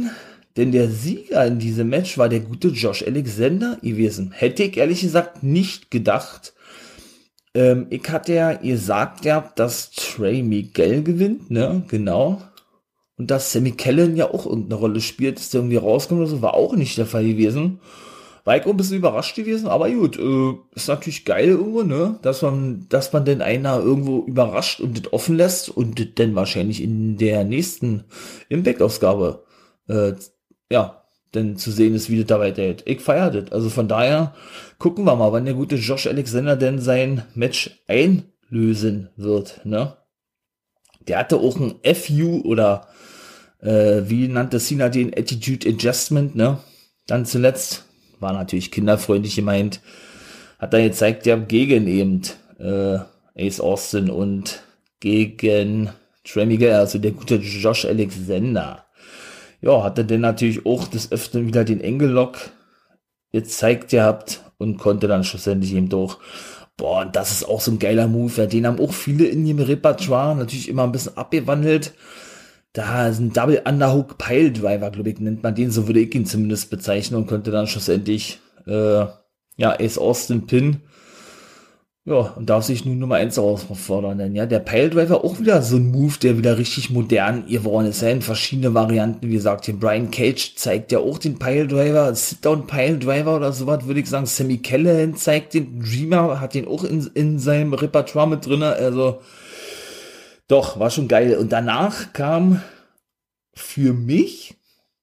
denn der Sieger in diesem Match war der gute Josh Alexander gewesen. Hätte ich ehrlich gesagt nicht gedacht. Ich hatte ja gesagt, ja, dass Trey Miguel gewinnt, ne, genau. Und dass Sami Callihan ja auch irgendeine Rolle spielt, ist der irgendwie rausgekommen oder so, war auch nicht der Fall gewesen. War ich auch ein bisschen überrascht gewesen, aber gut, ist natürlich geil irgendwo, ne, dass man denn einer irgendwo überrascht und das offen lässt und das dann wahrscheinlich in der nächsten Impact-Ausgabe, ja, denn zu sehen ist, wie das da weitergeht. Ich feiere das. Also von daher gucken wir mal, wann der gute Josh Alexander denn sein Match einlösen wird, ne. Der hatte auch ein FU oder wie nannte Cena den Attitude Adjustment, ne? Dann zuletzt, war natürlich kinderfreundlich gemeint, hat er gezeigt, ja, gegen eben Ace Austin und gegen Trey Miguel, also der gute Josh Alexander. Ja, hat er denn natürlich auch des Öfteren wieder den Engel-Lock gezeigt gehabt und konnte dann schlussendlich eben durch. Boah, und das ist auch so ein geiler Move, ja, den haben auch viele in ihrem Repertoire natürlich immer ein bisschen abgewandelt. Da ist ein Double Underhook Pile Driver, glaube ich, nennt man den, so würde ich ihn zumindest bezeichnen und konnte dann schlussendlich, ja, Ace Austin Pin. Ja, und darf sich nun Nummer 1 herausfordern, denn ja, der Pile Driver auch wieder so ein Move, der wieder richtig modern geworden ist, ja, in verschiedene Varianten, wie gesagt, hier Brian Cage zeigt ja auch den Pile Driver, Sit-Down Pile Driver oder sowas, würde ich sagen, Sami Callihan zeigt den, Dreamer hat den auch in seinem Repertoire mit drinne, also, doch, war schon geil. Und danach kam für mich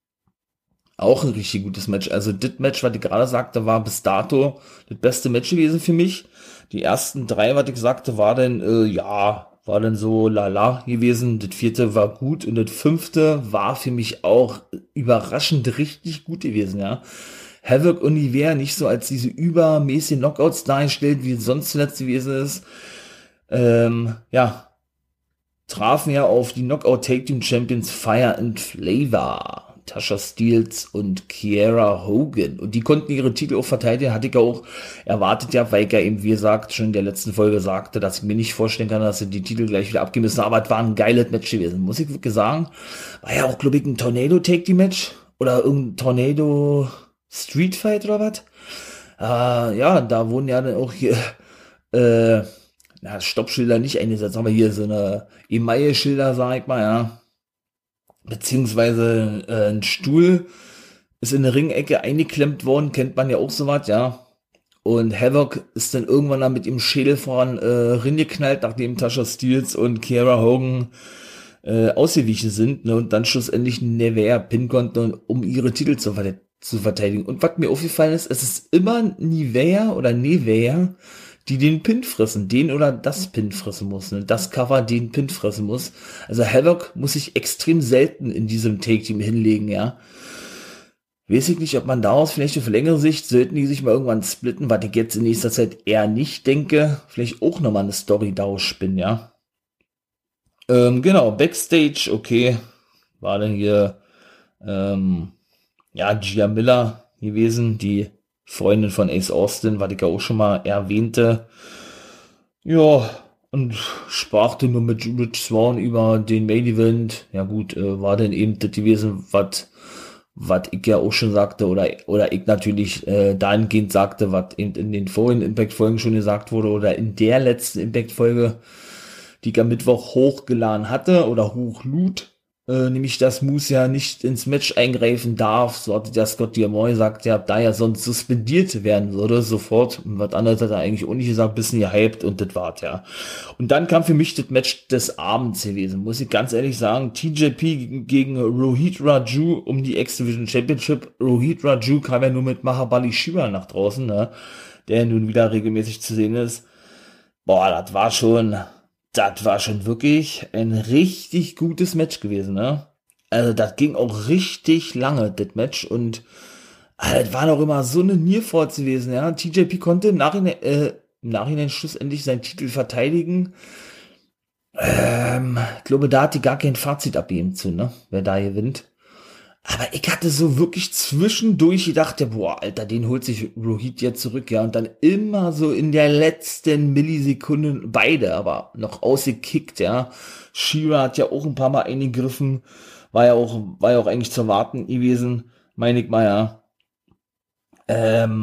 auch ein richtig gutes Match. Also das Match, was ich gerade sagte, war bis dato das beste Match gewesen für mich. Die ersten 3, was ich sagte, war dann, war dann so lala gewesen. Das 4. war gut und das 5. war für mich auch überraschend richtig gut gewesen, ja. Havoc und Nivea nicht so als diese übermäßigen Knockouts dargestellt, wie es sonst zuletzt gewesen ist. Ja, trafen ja auf die Knockout Take Team Champions Fire and Flavor, Tasha Steelz und Kiera Hogan. Und die konnten ihre Titel auch verteidigen, hatte ich ja auch erwartet, ja, weil ich ja eben, wie gesagt, schon in der letzten Folge sagte, dass ich mir nicht vorstellen kann, dass sie die Titel gleich wieder abgeben müssen. Aber es war ein geiles Match gewesen, muss ich wirklich sagen. War ja auch, glaube ich, ein Tornado Take Team Match oder irgendein Tornado Street Fight oder was. Ja, da wurden ja dann auch hier, Stoppschilder nicht eingesetzt, aber hier so eine Emaille-Schilder, sag ich mal, ja. Beziehungsweise ein Stuhl ist in eine Ringecke eingeklemmt worden, kennt man ja auch sowas, ja. Und Havoc ist dann irgendwann dann mit dem Schädel voran reingeknallt, nachdem Tasha Steelz und Kiera Hogan ausgewichen sind, ne, und dann schlussendlich Nevea pinnen konnten, um ihre Titel zu verteidigen. Und was mir aufgefallen ist, es ist immer Nivea oder Nevea, die den Pin fressen, den oder das Pin fressen muss, ne? Das Cover den Pin fressen muss. Also Havoc muss sich extrem selten in diesem Take-Team hinlegen, ja. Weiß ich nicht, ob man daraus vielleicht auf längere Sicht, sollten die sich mal irgendwann splitten, was ich jetzt in nächster Zeit eher nicht denke, vielleicht auch nochmal eine Story daraus spinnen, ja. Genau, Backstage, okay, war dann hier, ja, Gia Miller gewesen, die Freundin von Ace Austin, was ich ja auch schon mal erwähnte. Ja, und sprach nur mit Rich Swann über den Main Event. Ja gut, war dann eben das gewesen, was ich ja auch schon sagte, oder ich natürlich dahingehend sagte, was eben in den vorigen Impact-Folgen schon gesagt wurde, oder in der letzten Impact-Folge, die ich am Mittwoch hochgeladen hatte, oder hochlud, nämlich dass Moose ja nicht ins Match eingreifen darf, so hatte der Scott D'Amore gesagt, ja, da er sonst suspendiert werden würde, sofort, und was anderes hat er eigentlich auch nicht gesagt, bisschen gehypt und das war's, ja. Und dann kam für mich das Match des Abends gewesen, muss ich ganz ehrlich sagen, TJP gegen Rohit Raju um die X-Division Championship. Rohit Raju kam ja nur mit Mahabali Shivers nach draußen, ne, der nun wieder regelmäßig zu sehen ist. Boah, das war schon wirklich ein richtig gutes Match gewesen, ne? Also das ging auch richtig lange, das Match, und das war doch immer so eine Nearfalls gewesen, ja. TJP konnte im Nachhinein schlussendlich seinen Titel verteidigen. Ich glaube, da hat die gar kein Fazit abgeben zu, ne? Wer da gewinnt. Aber ich hatte so wirklich zwischendurch gedacht, ja, boah, Alter, den holt sich Rohit jetzt zurück, ja, und dann immer so in der letzten Millisekunde beide, aber noch ausgekickt, ja. Shira hat ja auch ein paar Mal eingegriffen, war ja auch eigentlich zu erwarten gewesen, meine ich mal, ja. Ähm,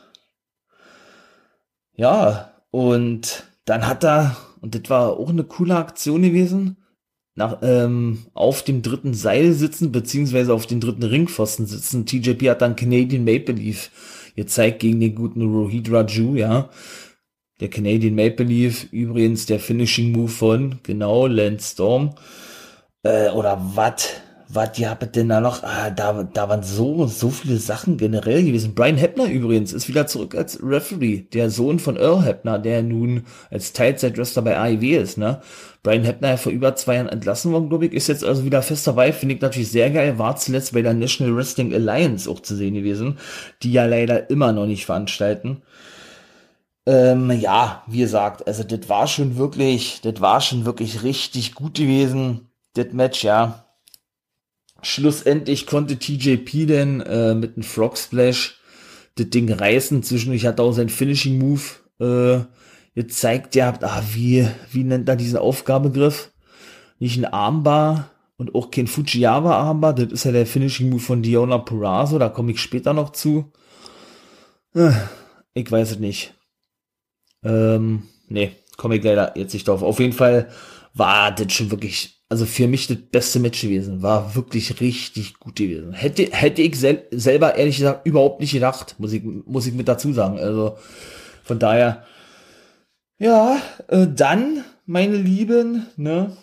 ja, und dann hat er, und das war auch eine coole Aktion gewesen, auf dem dritten Seil sitzen, beziehungsweise auf dem dritten Ringpfosten sitzen. TJP hat dann Canadian Maple Leaf gezeigt gegen den guten Rohit Raju, ja. Der Canadian Maple Leaf, übrigens der Finishing Move von, genau, Lance Storm. Oder was die habt denn da noch? Da waren so viele Sachen generell gewesen. Brian Hebner übrigens ist wieder zurück als Referee. Der Sohn von Earl Hebner, der nun als Teilzeit-Wrestler bei AEW ist, ne? Brian Hebner ja vor über 2 Jahren entlassen worden, glaube ich, ist jetzt also wieder fest dabei. Finde ich natürlich sehr geil. War zuletzt bei der National Wrestling Alliance auch zu sehen gewesen, die ja leider immer noch nicht veranstalten. Ja, wie gesagt, also das war schon wirklich richtig gut gewesen, das Match, ja. Schlussendlich konnte TJP denn mit einem Frog Splash das Ding reißen. Zwischendurch hat er auch seinen Finishing Move gezeigt. Ja, wie nennt er diesen Aufgabegriff? Nicht ein Armbar und auch kein Fujiwara Armbar. Das ist ja der Finishing Move von Deonna Purrazzo. Da komme ich später noch zu. Ich weiß es nicht. Nee, komme ich leider jetzt nicht drauf. Auf jeden Fall war das schon wirklich, also für mich das beste Match gewesen. War wirklich richtig gut gewesen. Hätte ich selber ehrlich gesagt überhaupt nicht gedacht, muss ich mit dazu sagen. Also von daher, ja, dann, meine Lieben, ne,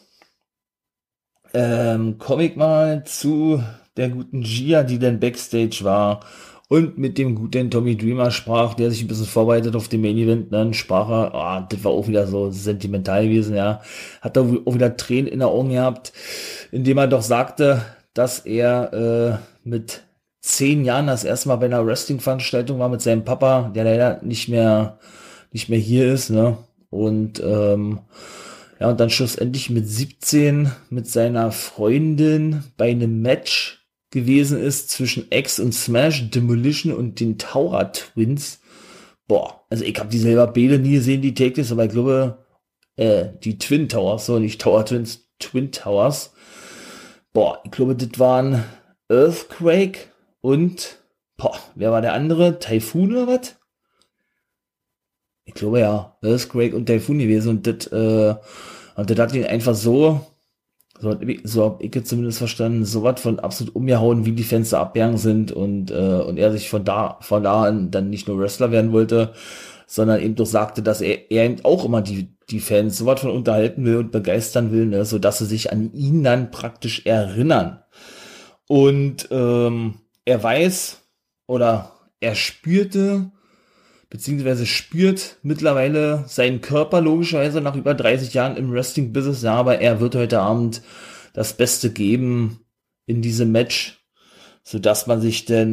komme ich mal zu der guten Gia, die dann Backstage war und mit dem guten Tommy Dreamer sprach, der sich ein bisschen vorbereitet auf den Main Event, dann sprach er, das war auch wieder so sentimental gewesen, ja, hat da auch wieder Tränen in den Augen gehabt, indem er doch sagte, dass er mit 10 Jahren das erste Mal bei einer Wrestling-Veranstaltung war mit seinem Papa, der leider nicht mehr hier ist, ne, und ja, und dann schlussendlich mit 17 mit seiner Freundin bei einem Match gewesen ist zwischen X und Smash, Demolition und den Tower Twins. Boah, also ich habe die selber Bilder nie gesehen, die Takes, aber ich glaube, die Twin Towers, so nicht Tower Twins, Twin Towers. Boah, ich glaube, das waren Earthquake und, wer war der andere? Typhoon oder was? Ich glaube ja, Earthquake und Typhoon gewesen und das hat ihn einfach so hab ich jetzt zumindest verstanden, so was von absolut umgehauen, wie die Fenster abgegangen sind und er sich von da an dann nicht nur Wrestler werden wollte, sondern eben doch sagte, dass er eben auch immer die Fans so was von unterhalten will und begeistern will, ne, so dass sie sich an ihn dann praktisch erinnern. Und er weiß oder er spürte beziehungsweise spürt mittlerweile seinen Körper logischerweise nach über 30 Jahren im Wrestling-Business, ja, aber er wird heute Abend das Beste geben in diesem Match, sodass man sich denn,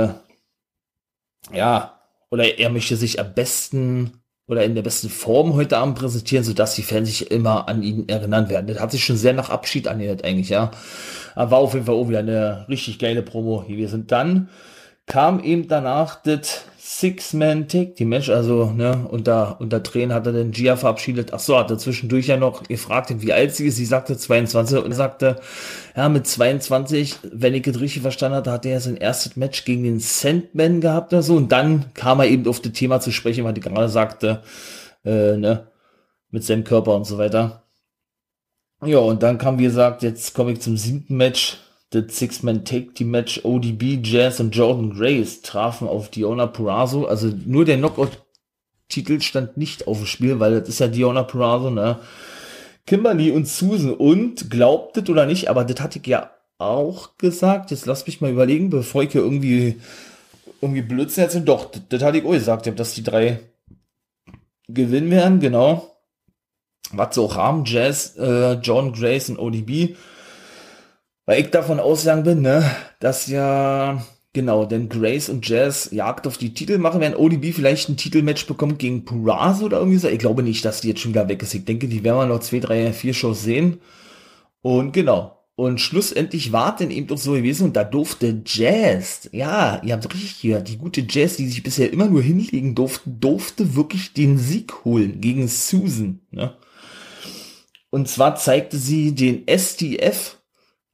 oder er möchte sich am besten oder in der besten Form heute Abend präsentieren, sodass die Fans sich immer an ihn erinnern werden. Das hat sich schon sehr nach Abschied angehört eigentlich, ja. Aber war auf jeden Fall auch wieder eine richtig geile Promo gewesen. Dann kam eben danach das Six-Man-Take-Team-Match, also, ne, unter Tränen hat er den Gia verabschiedet. Ach so, hat er zwischendurch ja noch gefragt, wie alt sie ist. Sie sagte 22 und sagte, ja, mit 22, wenn ich es richtig verstanden hatte, hat er sein erstes Match gegen den Sandman gehabt oder so. Und dann kam er eben auf das Thema zu sprechen, was ich gerade sagte, ne, mit seinem Körper und so weiter. Ja, und dann kam, wie gesagt, jetzt komme ich zum 7. Match. Das Six-Man-Take-Team-Match. ODB, Jazz und Jordan Grace trafen auf Deonna Purrazzo. Also nur der Knockout-Titel stand nicht auf dem Spiel, weil das ist ja Deonna Purrazzo, ne? Kimberly und Susan. Und glaubt es oder nicht, aber das hatte ich ja auch gesagt. Jetzt lass mich mal überlegen, bevor ich hier irgendwie Blödsinn erzähle. Doch, das hatte ich auch gesagt, dass die 3 gewinnen werden, genau. Was sie auch haben, Jazz, Jordan Grace und ODB. Weil ich davon ausgegangen bin, ne, dass ja, genau, denn Grace und Jazz Jagd auf die Titel machen, werden ODB vielleicht ein Titelmatch bekommt gegen Purrazzo oder irgendwie so. Ich glaube nicht, dass die jetzt schon wieder weg ist. Ich denke, die werden wir noch 2, 3, 4 Shows sehen. Und genau. Und schlussendlich war denn eben doch so gewesen und da durfte Jazz, ja, ihr habt richtig gehört, die gute Jazz, die sich bisher immer nur hinlegen durfte wirklich den Sieg holen gegen Susan, ne. Und zwar zeigte sie den STF,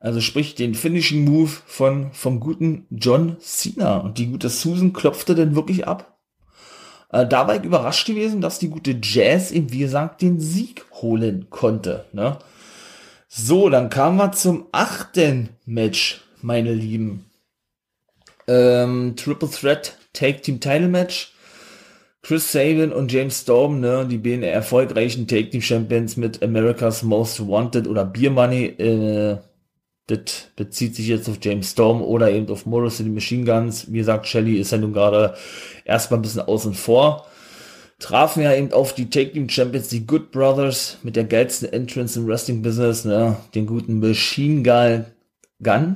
Also sprich den Finishing Move vom guten John Cena. Und die gute Susan klopfte dann wirklich ab. Da war ich überrascht gewesen, dass die gute Jazz eben, wie gesagt, den Sieg holen konnte. Ne? So, dann kamen wir zum 8. Match, meine Lieben. Triple Threat Tag Team Title Match. Chris Sabin und James Storm, ne, die beiden erfolgreichen Tag Team Champions mit America's Most Wanted oder Beer Money. Das bezieht sich jetzt auf James Storm oder eben auf Motor City Machine Guns. Wie gesagt, Shelly ist ja nun gerade erstmal ein bisschen außen vor. Trafen ja eben auf die Tag Team Champions, die Good Brothers, mit der geilsten Entrance im Wrestling Business, ne, den guten Machine Gun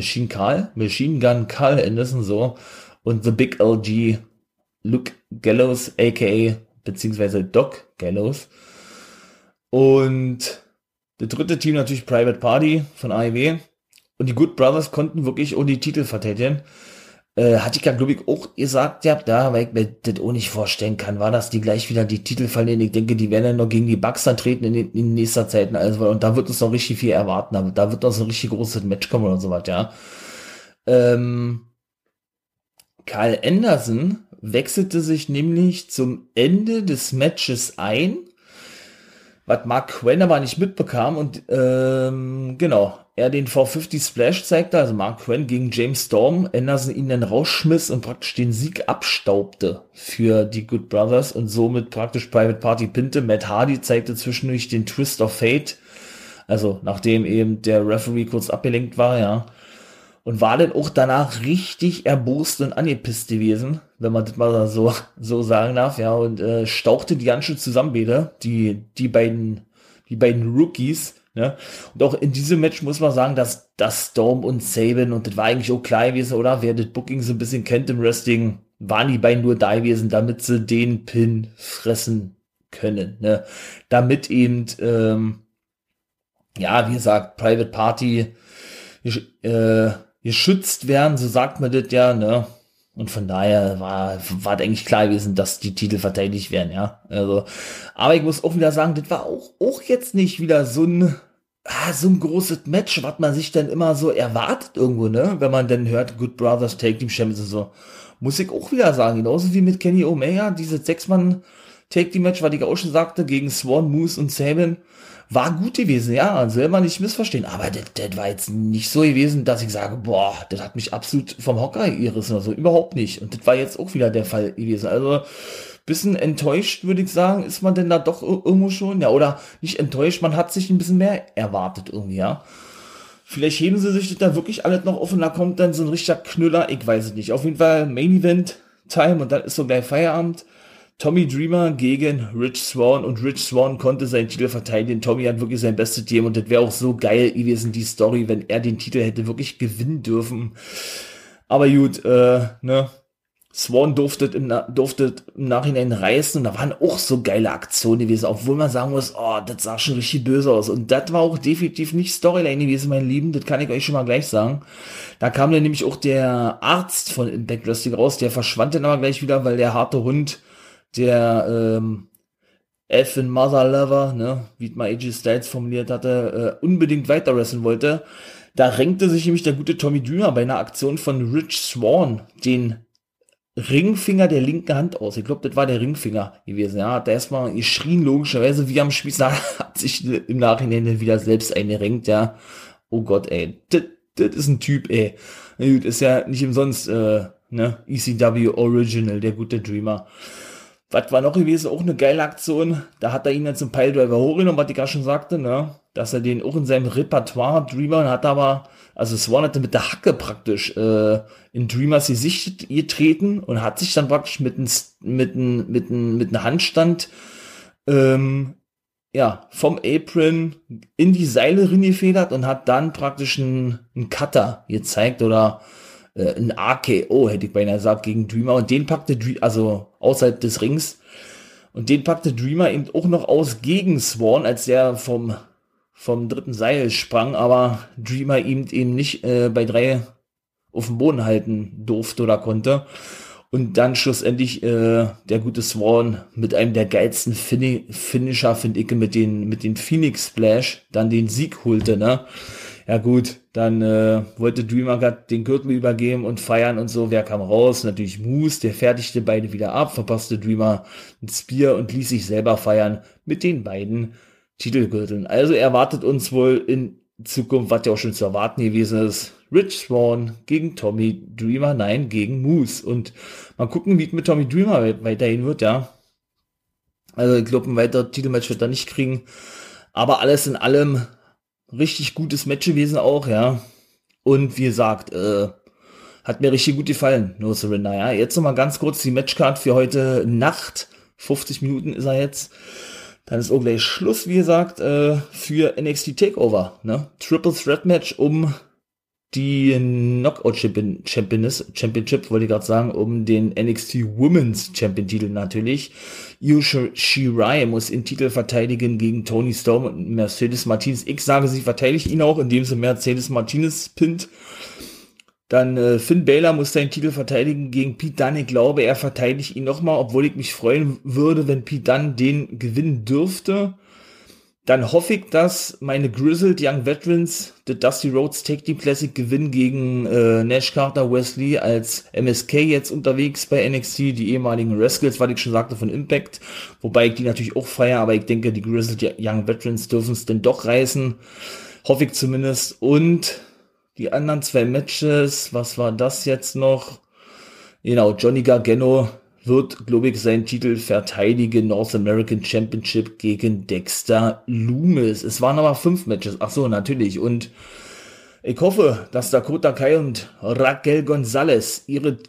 Carl Anderson, so, und The Big LG, Luke Gallows, aka, beziehungsweise Doc Gallows. Und das dritte Team natürlich Private Party von AEW. Und die Good Brothers konnten wirklich ohne die Titel verteidigen. Hatte ich ja, glaube ich, auch gesagt, ja, da, weil ich mir das auch nicht vorstellen kann, war, dass die gleich wieder die Titel verlieren. Ich denke, die werden dann noch gegen die Bucks antreten in nächster Zeit. Also, und da wird uns noch richtig viel erwarten. Da wird uns ein richtig großes Match kommen oder sowas, ja. Carl Anderson wechselte sich nämlich zum Ende des Matches ein, was Mark Quinn aber nicht mitbekam und genau, er den 450 Splash zeigte, also Mark Quinn gegen James Storm, Anderson ihn dann rausschmiss und praktisch den Sieg abstaubte für die Good Brothers und somit praktisch Private Party pinte. Matt Hardy zeigte zwischendurch den Twist of Fate, also nachdem eben der Referee kurz abgelenkt war, ja. Und war dann auch danach richtig erbost und angepisst gewesen, wenn man das mal so sagen darf, ja, und stauchte die ganz schön zusammen, die beiden Rookies, ne? Und auch in diesem Match muss man sagen, dass Storm und Sabin, und das war eigentlich auch klar gewesen, oder? Wer das Booking so ein bisschen kennt im Wrestling, waren die beiden nur da gewesen, damit sie den Pin fressen können, ne? Damit eben, ja, wie gesagt, Private Party, geschützt werden, so sagt man das ja, ne? Und von daher war eigentlich klar gewesen, dass die Titel verteidigt werden, ja. Also, aber ich muss auch wieder sagen, das war auch jetzt nicht wieder so ein großes Match, was man sich dann immer so erwartet irgendwo, ne? Wenn man dann hört, Good Brothers Tag Team Champions und so. Muss ich auch wieder sagen, genauso wie mit Kenny Omega, dieses 6-Mann Tag Team Match, was ich auch schon sagte, gegen Swan, Moose und Sabin, war gut gewesen, ja, soll man nicht missverstehen, aber das war jetzt nicht so gewesen, dass ich sage, boah, das hat mich absolut vom Hocker gerissen oder so, überhaupt nicht. Und das war jetzt auch wieder der Fall gewesen. Also, bisschen enttäuscht, würde ich sagen, ist man denn da doch irgendwo schon, ja, oder nicht enttäuscht, man hat sich ein bisschen mehr erwartet irgendwie, ja. Vielleicht heben sie sich das da wirklich alles noch auf und da kommt dann so ein richtiger Knüller, ich weiß es nicht. Auf jeden Fall Main Event Time und dann ist so gleich Feierabend. Tommy Dreamer gegen Rich Swann und Rich Swann konnte seinen Titel verteidigen. Tommy hat wirklich sein bestes Team und das wäre auch so geil gewesen, die Story, wenn er den Titel hätte wirklich gewinnen dürfen. Aber gut, ne, Swann durfte im Nachhinein reißen und da waren auch so geile Aktionen gewesen, obwohl man sagen muss, oh, das sah schon richtig böse aus und das war auch definitiv nicht Storyline gewesen, meine Lieben, das kann ich euch schon mal gleich sagen. Da kam dann nämlich auch der Arzt von Impact Wrestling raus, der verschwand dann aber gleich wieder, weil der harte Hund, der Elfin Mother Lover, ne, wie mal AJ Styles formuliert hatte, unbedingt weiter wrestlen wollte. Da renkte sich nämlich der gute Tommy Dreamer bei einer Aktion von Rich Swann den Ringfinger der linken Hand aus. Ich glaube, das war der Ringfinger gewesen. Ja, hat er erstmal geschrien, logischerweise, wie am Spieß, hat sich im Nachhinein wieder selbst eingerenkt, ja. Oh Gott, ey, das ist ein Typ, ey. Na gut, ist ja nicht umsonst, ne, ECW Original, der gute Dreamer. Was war noch gewesen? Auch eine geile Aktion. Da hat er ihn dann zum Piledriver hochgenommen, was ich gerade schon sagte, ne? Dass er den auch in seinem Repertoire Dreamer hat, aber, also Swann hatte mit der Hacke praktisch in Dreamers Gesicht getreten und hat sich dann praktisch mit einem Handstand ja, vom Apron in die Seile reingefedert und hat dann praktisch einen Cutter gezeigt oder ein RKO, hätte ich beinahe gesagt, gegen Dreamer. Und den packte Dreamer, also außerhalb des Rings, und den packte Dreamer eben auch noch aus gegen Swann, als der vom dritten Seil sprang, aber Dreamer eben nicht bei 3 auf dem Boden halten durfte oder konnte. Und dann schlussendlich der gute Swann mit einem der geilsten Finisher, finde ich, mit den Phoenix Splash dann den Sieg holte, ne? Ja gut, dann wollte Dreamer gerade den Gürtel übergeben und feiern und so. Wer kam raus? Natürlich Moose, der fertigte beide wieder ab, verpasste Dreamer ein Spear und ließ sich selber feiern mit den beiden Titelgürteln. Also erwartet uns wohl in Zukunft, was ja auch schon zu erwarten gewesen ist, Rich Swann gegen Tommy Dreamer, nein, gegen Moose. Und mal gucken, wie es mit Tommy Dreamer weiterhin wird, ja. Also ich glaube, ein weiteres Titelmatch wird er nicht kriegen. Aber alles in allem richtig gutes Match gewesen auch, ja. Und wie gesagt, hat mir richtig gut gefallen, No Surrender, ja. Jetzt nochmal ganz kurz die Matchcard für heute Nacht. 50 Minuten ist er jetzt. Dann ist auch gleich Schluss, wie gesagt, für NXT Takeover, ne. Triple Threat Match um die Knockout Championship, wollte ich gerade sagen, um den NXT Women's Champion Titel natürlich. Io Shirai muss den Titel verteidigen gegen Toni Storm und Mercedes Martinez. Ich sage, sie verteidigt ihn auch, indem sie Mercedes Martinez pinnt. Dann Finn Balor muss seinen Titel verteidigen gegen Pete Dunne. Ich glaube, er verteidigt ihn nochmal, obwohl ich mich freuen würde, wenn Pete Dunne den gewinnen dürfte. Dann hoffe ich, dass meine Grizzled Young Veterans The Dusty Rhodes Tag Team Classic gewinnen gegen Nash Carter, Wesley als MSK jetzt unterwegs bei NXT, die ehemaligen Rascals, was ich schon sagte, von Impact. Wobei ich die natürlich auch feiere, aber ich denke, die Grizzled Young Veterans dürfen es denn doch reißen. Hoffe ich zumindest. Und die anderen 2 Matches, was war das jetzt noch? Genau, Johnny Gargano wird, glaube ich, seinen Titel verteidigen, North American Championship gegen Dexter Lumis. Es waren aber 5 Matches, ach so, natürlich. Und ich hoffe, dass Dakota Kai und Raquel Gonzalez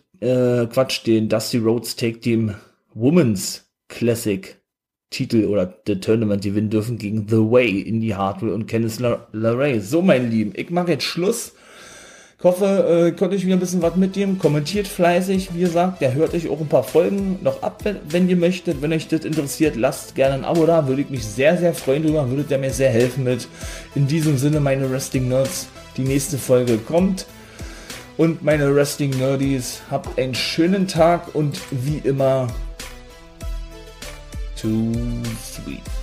den Dusty Rhodes Tag Team Women's Classic Titel oder The Tournament gewinnen dürfen gegen The Way, Indy Hartwell und Candice LeRae. So, meine Lieben, ich mache jetzt Schluss. Ich hoffe, konnte ich wieder ein bisschen was mitnehmen. Kommentiert fleißig, wie gesagt. Der hört euch auch ein paar Folgen noch ab, wenn ihr möchtet. Wenn euch das interessiert, lasst gerne ein Abo da. Würde ich mich sehr, sehr freuen drüber. Würdet ihr mir sehr helfen mit. In diesem Sinne, meine Wrestling Nerds. Die nächste Folge kommt. Und meine Wrestling Nerdies, habt einen schönen Tag und wie immer, too sweet.